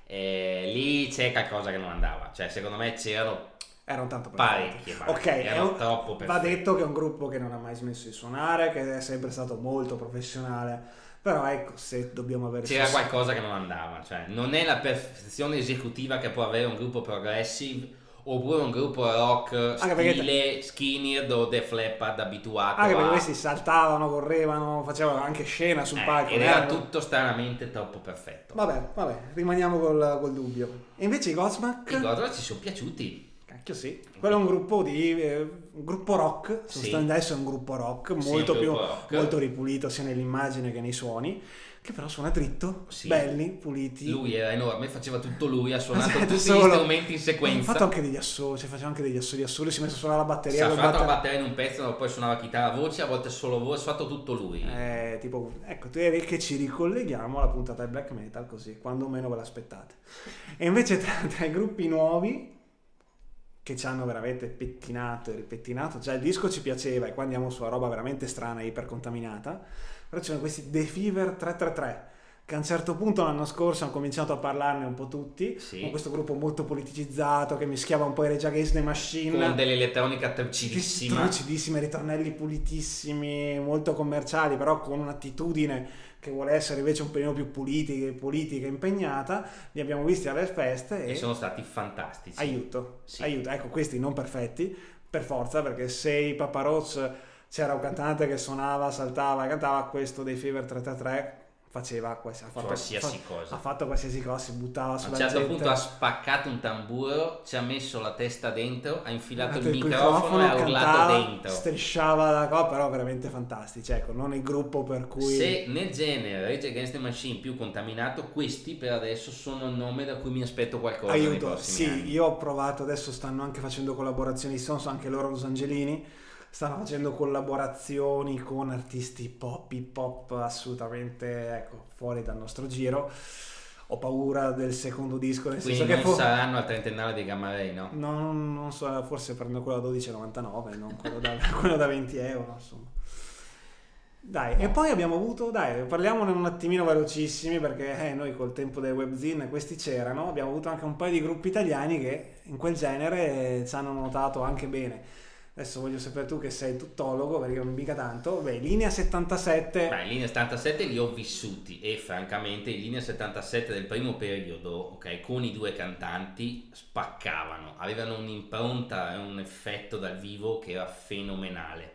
eh, lì c'è qualcosa che non andava. Cioè, secondo me c'erano Erano tanto perfetti. parecchie parti, Ok, è erano un- troppo va perfette. detto che è un gruppo che non ha mai smesso di suonare, che è sempre stato molto professionale. Però ecco, se dobbiamo avere C'era sus- qualcosa che non andava, cioè non è la perfezione esecutiva che può avere un gruppo progressive oppure un gruppo rock Anche perché- stile Skinhead o Def Leppard abituato Anche a... perché questi saltavano, correvano, facevano anche scena sul Eh, palco. ed non era erano- tutto stranamente troppo perfetto. Vabbè, vabbè, rimaniamo col, col dubbio. E invece i Godsmack... I Godsmack ci sono piaciuti. Cacchio sì, quello è un gruppo di eh, un gruppo rock, Sì. sostanzialmente adesso è un gruppo rock Sì, molto un più gruppo rock. molto ripulito sia nell'immagine che nei suoni, che però suona dritto, Sì. belli, puliti. Lui era enorme, faceva tutto lui, ha suonato Esatto, tutti gli solo. strumenti in Ha sequenza. fatto anche degli assoli, cioè faceva anche degli assoli assoli, si è messo a suonare la Si batteria ha col suonato la batter- batteria in un pezzo, poi suonava chitarra, voce, a volte solo voce, ha fatto tutto lui. Eh, tipo, ecco, direi che ci ricolleghiamo alla puntata del black metal così, quando meno ve l'aspettate. E invece tra, tra i gruppi nuovi che ci hanno veramente pettinato e ripettinato, già il disco ci piaceva e qua andiamo su una roba veramente strana e ipercontaminata, però ci sono questi The Fever tre tre tre che a un certo punto l'anno scorso hanno cominciato a parlarne un po' tutti, Sì. con questo gruppo molto politicizzato che mischiava un po' i Rage Against the Machine Con dell'elettronica trucidissima. trucidissime, ritornelli pulitissimi, molto commerciali, però con un'attitudine che vuole essere invece un pelino più politica, politica impegnata. Li abbiamo visti alle feste e, E sono stati fantastici. aiuto, Sì. aiuto, ecco questi non perfetti per forza, perché se i Papa Roach c'era un cantante che suonava, saltava, cantava, questo dei Fever tre tre tre faceva qualsiasi, ha fatto, Qualsiasi fa- cosa. ha fatto qualsiasi cosa, si buttava A sulla un certo gente. punto ha spaccato un tamburo, ci ha messo la testa dentro, ha infilato il il microfono e ha urlato cantava, dentro. strisciava la cosa, però veramente fantastici, ecco, non il gruppo per cui Se nel genere Rage Against the Machine più contaminato, questi per adesso sono il nome da cui mi aspetto qualcosa nei aiuto, prossimi sì, anni. io ho provato, adesso stanno anche facendo collaborazioni, sono anche loro Los Angelini, stanno facendo collaborazioni con artisti pop, hip hop assolutamente, ecco, fuori dal nostro giro. Ho paura del secondo disco, nel Quindi senso non che fo- saranno al trentennale dei Gamma Ray, no? non, non so, forse prendo quello da dodici virgola novantanove, non quello da, quello da venti euro, insomma. Dai, e poi abbiamo avuto, dai, parliamone un attimino velocissimi perché eh, noi col tempo del webzine questi c'erano, abbiamo avuto anche un paio di gruppi italiani che in quel genere ci hanno notato anche bene. Adesso voglio sapere tu che sei tuttologo, perché non mica tanto. Beh, Linea settantasette. Beh, in linea settantasette li ho vissuti e francamente in linea settantasette del primo periodo, ok, con i due cantanti spaccavano, avevano un'impronta e un effetto dal vivo che era fenomenale.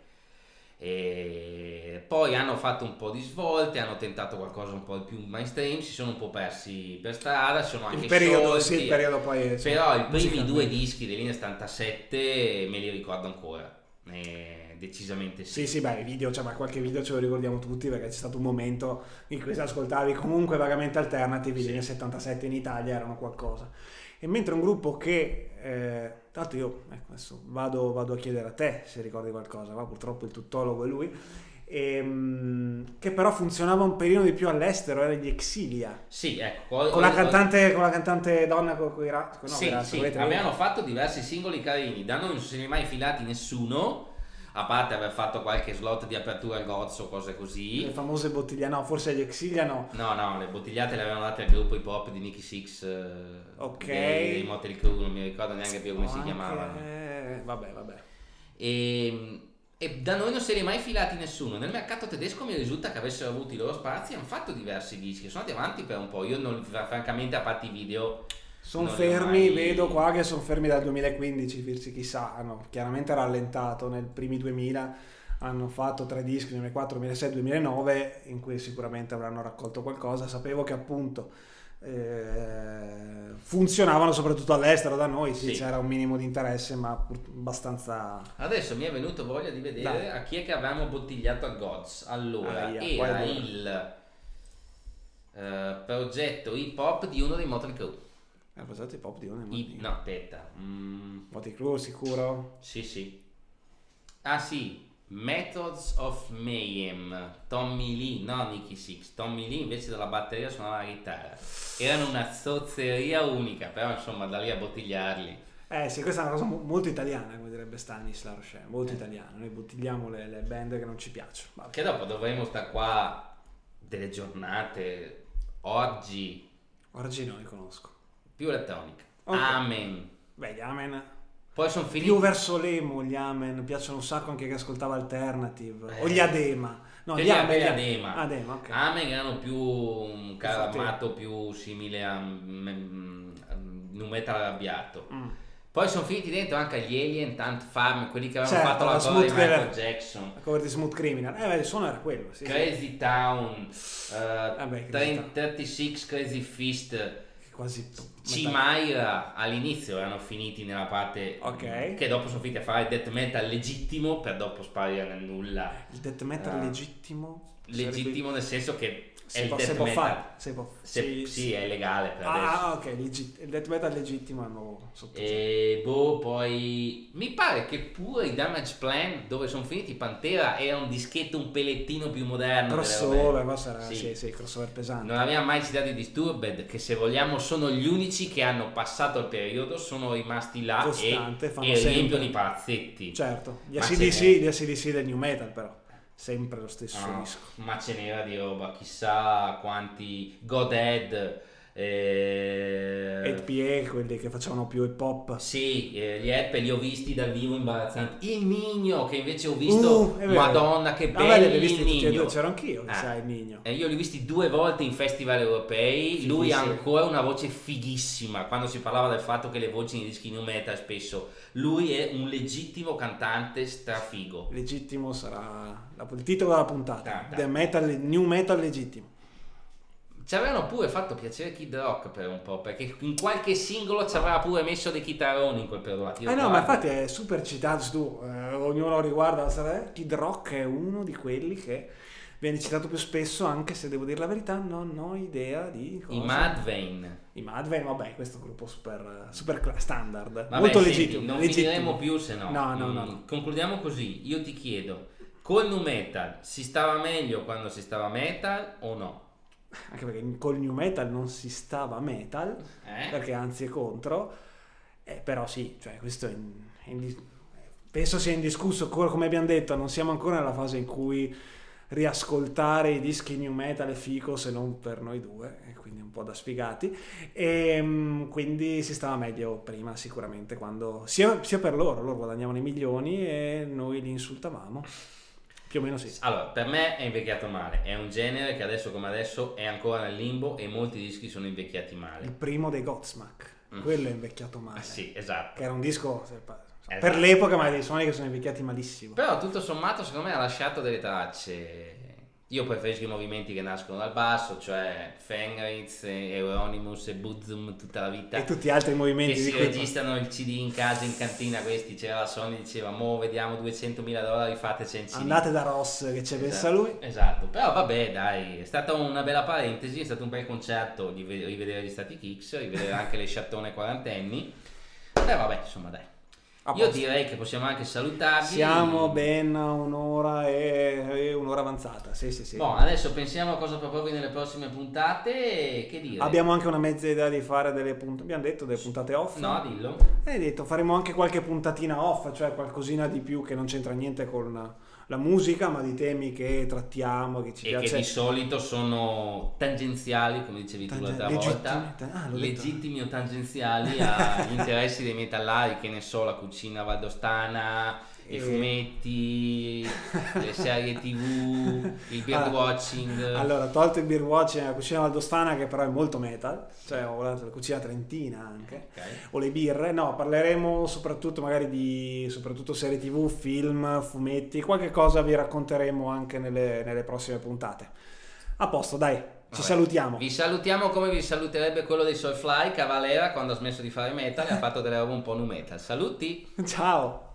E poi hanno fatto un po' di svolte, hanno tentato qualcosa un po' più mainstream, si sono un po' persi per strada, sono anche il periodo, sciolti. sì, il periodo poi. insomma, Però i primi musicalmente. due dischi di linea settantasette me li ricordo ancora, eh, decisamente sì. Sì, sì, beh, i video, cioè, ma qualche video ce lo ricordiamo tutti perché c'è stato un momento in cui se ascoltavi comunque vagamente alternative, i Linea settantasette in Italia erano qualcosa. E mentre un gruppo che, eh, tra l'altro io ecco, adesso vado, vado a chiedere a te se ricordi qualcosa, ma purtroppo il tuttologo è lui, ehm, che però funzionava un pelino di più all'estero, era gli Exilia. Sì, ecco. Con, Con la cantante, con la cantante donna con cui era, no, sì, era- sì, volete- avevano fatto diversi singoli carini, da noi non se ne è mai filati nessuno, a parte aver fatto qualche slot di apertura al Gozzo, cose così. le famose bottiglie, no, forse gli Exilia no. No, no, le bottigliate le avevano date al gruppo hip hop di Nicky Six, eh, Ok. dei, dei Motley Crue, non mi ricordo neanche più come si Anche- chiamavano. Vabbè, vabbè. E, e da noi non se li è mai filati nessuno. Nel mercato tedesco mi risulta che avessero avuto i loro spazi e hanno fatto diversi dischi, sono andati avanti per un po'. Io non, francamente, a parte i video, sono non fermi, mai... vedo qua che sono fermi dal duemilaquindici, forse chissà, hanno chiaramente rallentato nei primi duemila, hanno fatto tre dischi nel duemilaquattro, duemilasei, duemilanove in cui sicuramente avranno raccolto qualcosa. Sapevo che appunto eh, funzionavano soprattutto all'estero, da noi sì, sì, c'era un minimo di interesse, ma abbastanza. Adesso mi è venuto voglia di vedere Dai. a chi è che avevamo bottigliato a Gods. Allora, ah, era il uh, progetto hip hop di uno dei Motley Crue. È il progetto hip hop di uno dei I, no, aspetta. Mm. Motley Crue, sicuro? Sì, sì. Ah sì, Methods of Mayhem, Tommy Lee, no Nicky Six, Tommy Lee invece della batteria suonava la chitarra. Erano una zozzeria unica, però insomma da lì a bottigliarli. Eh sì, questa è una cosa mo- molto italiana, come direbbe Stanis La Rochelle, molto eh. italiana. Noi bottigliamo le, le band che non ci piacciono. Vabbè. Che dopo dovremo stare qua delle giornate, oggi... Oggi non li conosco. Più elettronica. Okay. Amen. Beh, gli Amen... Poi sono finiti più verso l'emo gli Amen, piacciono un sacco anche che ascoltava Alternative, eh. o gli Adema. No, gli, gli Amen, Amen, gli Adema. Adema, okay. Amen erano più un caramato più simile a um, nu metal arrabbiato. Mm. Poi sono finiti dentro anche gli Alien, Tant Farm, quelli che avevano certo, fatto la cover di Michael che... Jackson. La cover di Smooth Criminal. Eh beh, il suono era quello, sì, Crazy sì. Town, uh, Vabbè, trentasei Crazy Fist. Quasi Cimaira all'inizio erano finiti nella parte okay. che dopo sono finiti a fare death metal legittimo per dopo sparire nel nulla. Il death metal uh, legittimo? Legittimo sarebbe... nel senso che è il può, death può metal. Fare, se può, se, sì, sì, è legale per ah, adesso. Ah, ok, legit, il death metal legittimo hanno sotto. E boh, poi mi pare che pure i Damage Plan, dove sono finiti Pantera, era un dischetto un pelettino più moderno. Crossover, ma sarà, sì, sì, sì, crossover pesante. Non abbiamo mai citato i Disturbed, che se vogliamo sono gli unici che hanno passato il periodo, sono rimasti là costante, e, e riempiono i palazzetti. Certo, gli A C D C, gli A C D C del new metal però. Sempre lo stesso no, disco. Ma ce n'era di roba, chissà quanti Godhead eh... Ed P A, quelli che facevano più hip hop. Sì, eh, gli Eppe li ho visti dal vivo imbarazzanti. Il Nino, che invece ho visto, uh, Madonna che bello, ah, il Nino. C'ero anch'io, ah, sai, il Nino. E io li ho visti due volte in festival europei. Fighissimo. Lui ha ancora una voce fighissima. Quando si parlava del fatto che le voci nei dischi new metal spesso, lui è un legittimo cantante strafigo. Legittimo sarà il titolo della puntata. Ah, The metal, new metal legittimo. Ci avevano pure fatto piacere Kid Rock per un po', perché in qualche singolo ci aveva pure messo dei chitarroni in quel periodo. Eh no, ma infatti è super citato tu, eh, ognuno riguarda, Kid Rock è uno di quelli che viene citato più spesso, anche se devo dire la verità non ho idea di cosa. I Mudvayne. I Mudvayne, vabbè, questo è un gruppo super, super standard, vabbè, molto senti, legittimo. Non legittimo. finiremo più se no. No, no, no, no. Concludiamo così, io ti chiedo, col nu metal si stava meglio quando si stava metal o no? Anche perché col new metal non si stava metal, eh? perché anzi è contro, eh, però sì, cioè questo è, in, in, penso sia indiscusso, come abbiamo detto non siamo ancora nella fase in cui riascoltare i dischi new metal è figo se non per noi due, e quindi un po' da sfigati, e quindi si stava meglio prima sicuramente, quando sia, sia per loro, loro guadagnavano i milioni e noi li insultavamo. Più o meno sì. Allora, per me è invecchiato male, è un genere che adesso come adesso è ancora nel limbo e molti dischi sono invecchiati male. Il primo dei Godsmack, mm. quello è invecchiato male. Eh sì, esatto. Che era un disco esatto. esatto. per l'epoca, ma dei suoni che sono invecchiati malissimo. Però tutto sommato secondo me ha lasciato delle tracce. Io preferisco i movimenti che nascono dal basso, cioè Fenritz, Euronymous e Buzzum tutta la vita. E tutti gli altri movimenti che di si cui... registrano il C D in casa, in cantina, questi c'era la Sony, diceva mo vediamo duecentomila dollari, fateci il C D. Andate da Ross che ci esatto, pensa lui. Esatto, però vabbè dai, è stata una bella parentesi, è stato un bel concerto di rivedere gli Static X, rivedere anche le sciattone quarantenni. Beh vabbè, insomma dai. Io direi che possiamo anche salutarvi. Siamo ben a un'ora e, e un'ora avanzata. Sì, sì, sì. Boh, adesso pensiamo a cosa proporvi nelle prossime puntate. Che dire? Abbiamo anche una mezza idea di fare delle puntate. Abbiamo detto delle puntate off. No, dillo. Hai detto faremo anche qualche puntatina off, cioè qualcosina di più che non c'entra niente con la musica, ma di temi che trattiamo, che ci e piace. Che di solito sono tangenziali, come dicevi tu l'altra volta, ah, legittimi o tangenziali agli interessi dei metallari, che ne so, la cucina valdostana, I fumetti, le serie tv, il beer watching. Allora, tolto il beer watching, la cucina valdostana che però è molto metal, cioè ho la cucina trentina anche, okay. O le birre, no, parleremo soprattutto magari di soprattutto serie tv, film, fumetti, qualche cosa vi racconteremo anche nelle, nelle prossime puntate. A posto, dai, ci Vabbè. salutiamo. Vi salutiamo come vi saluterebbe quello dei Soulfly, Cavalera, quando ha smesso di fare metal e ha fatto delle robe un po' nu metal. Saluti! Ciao!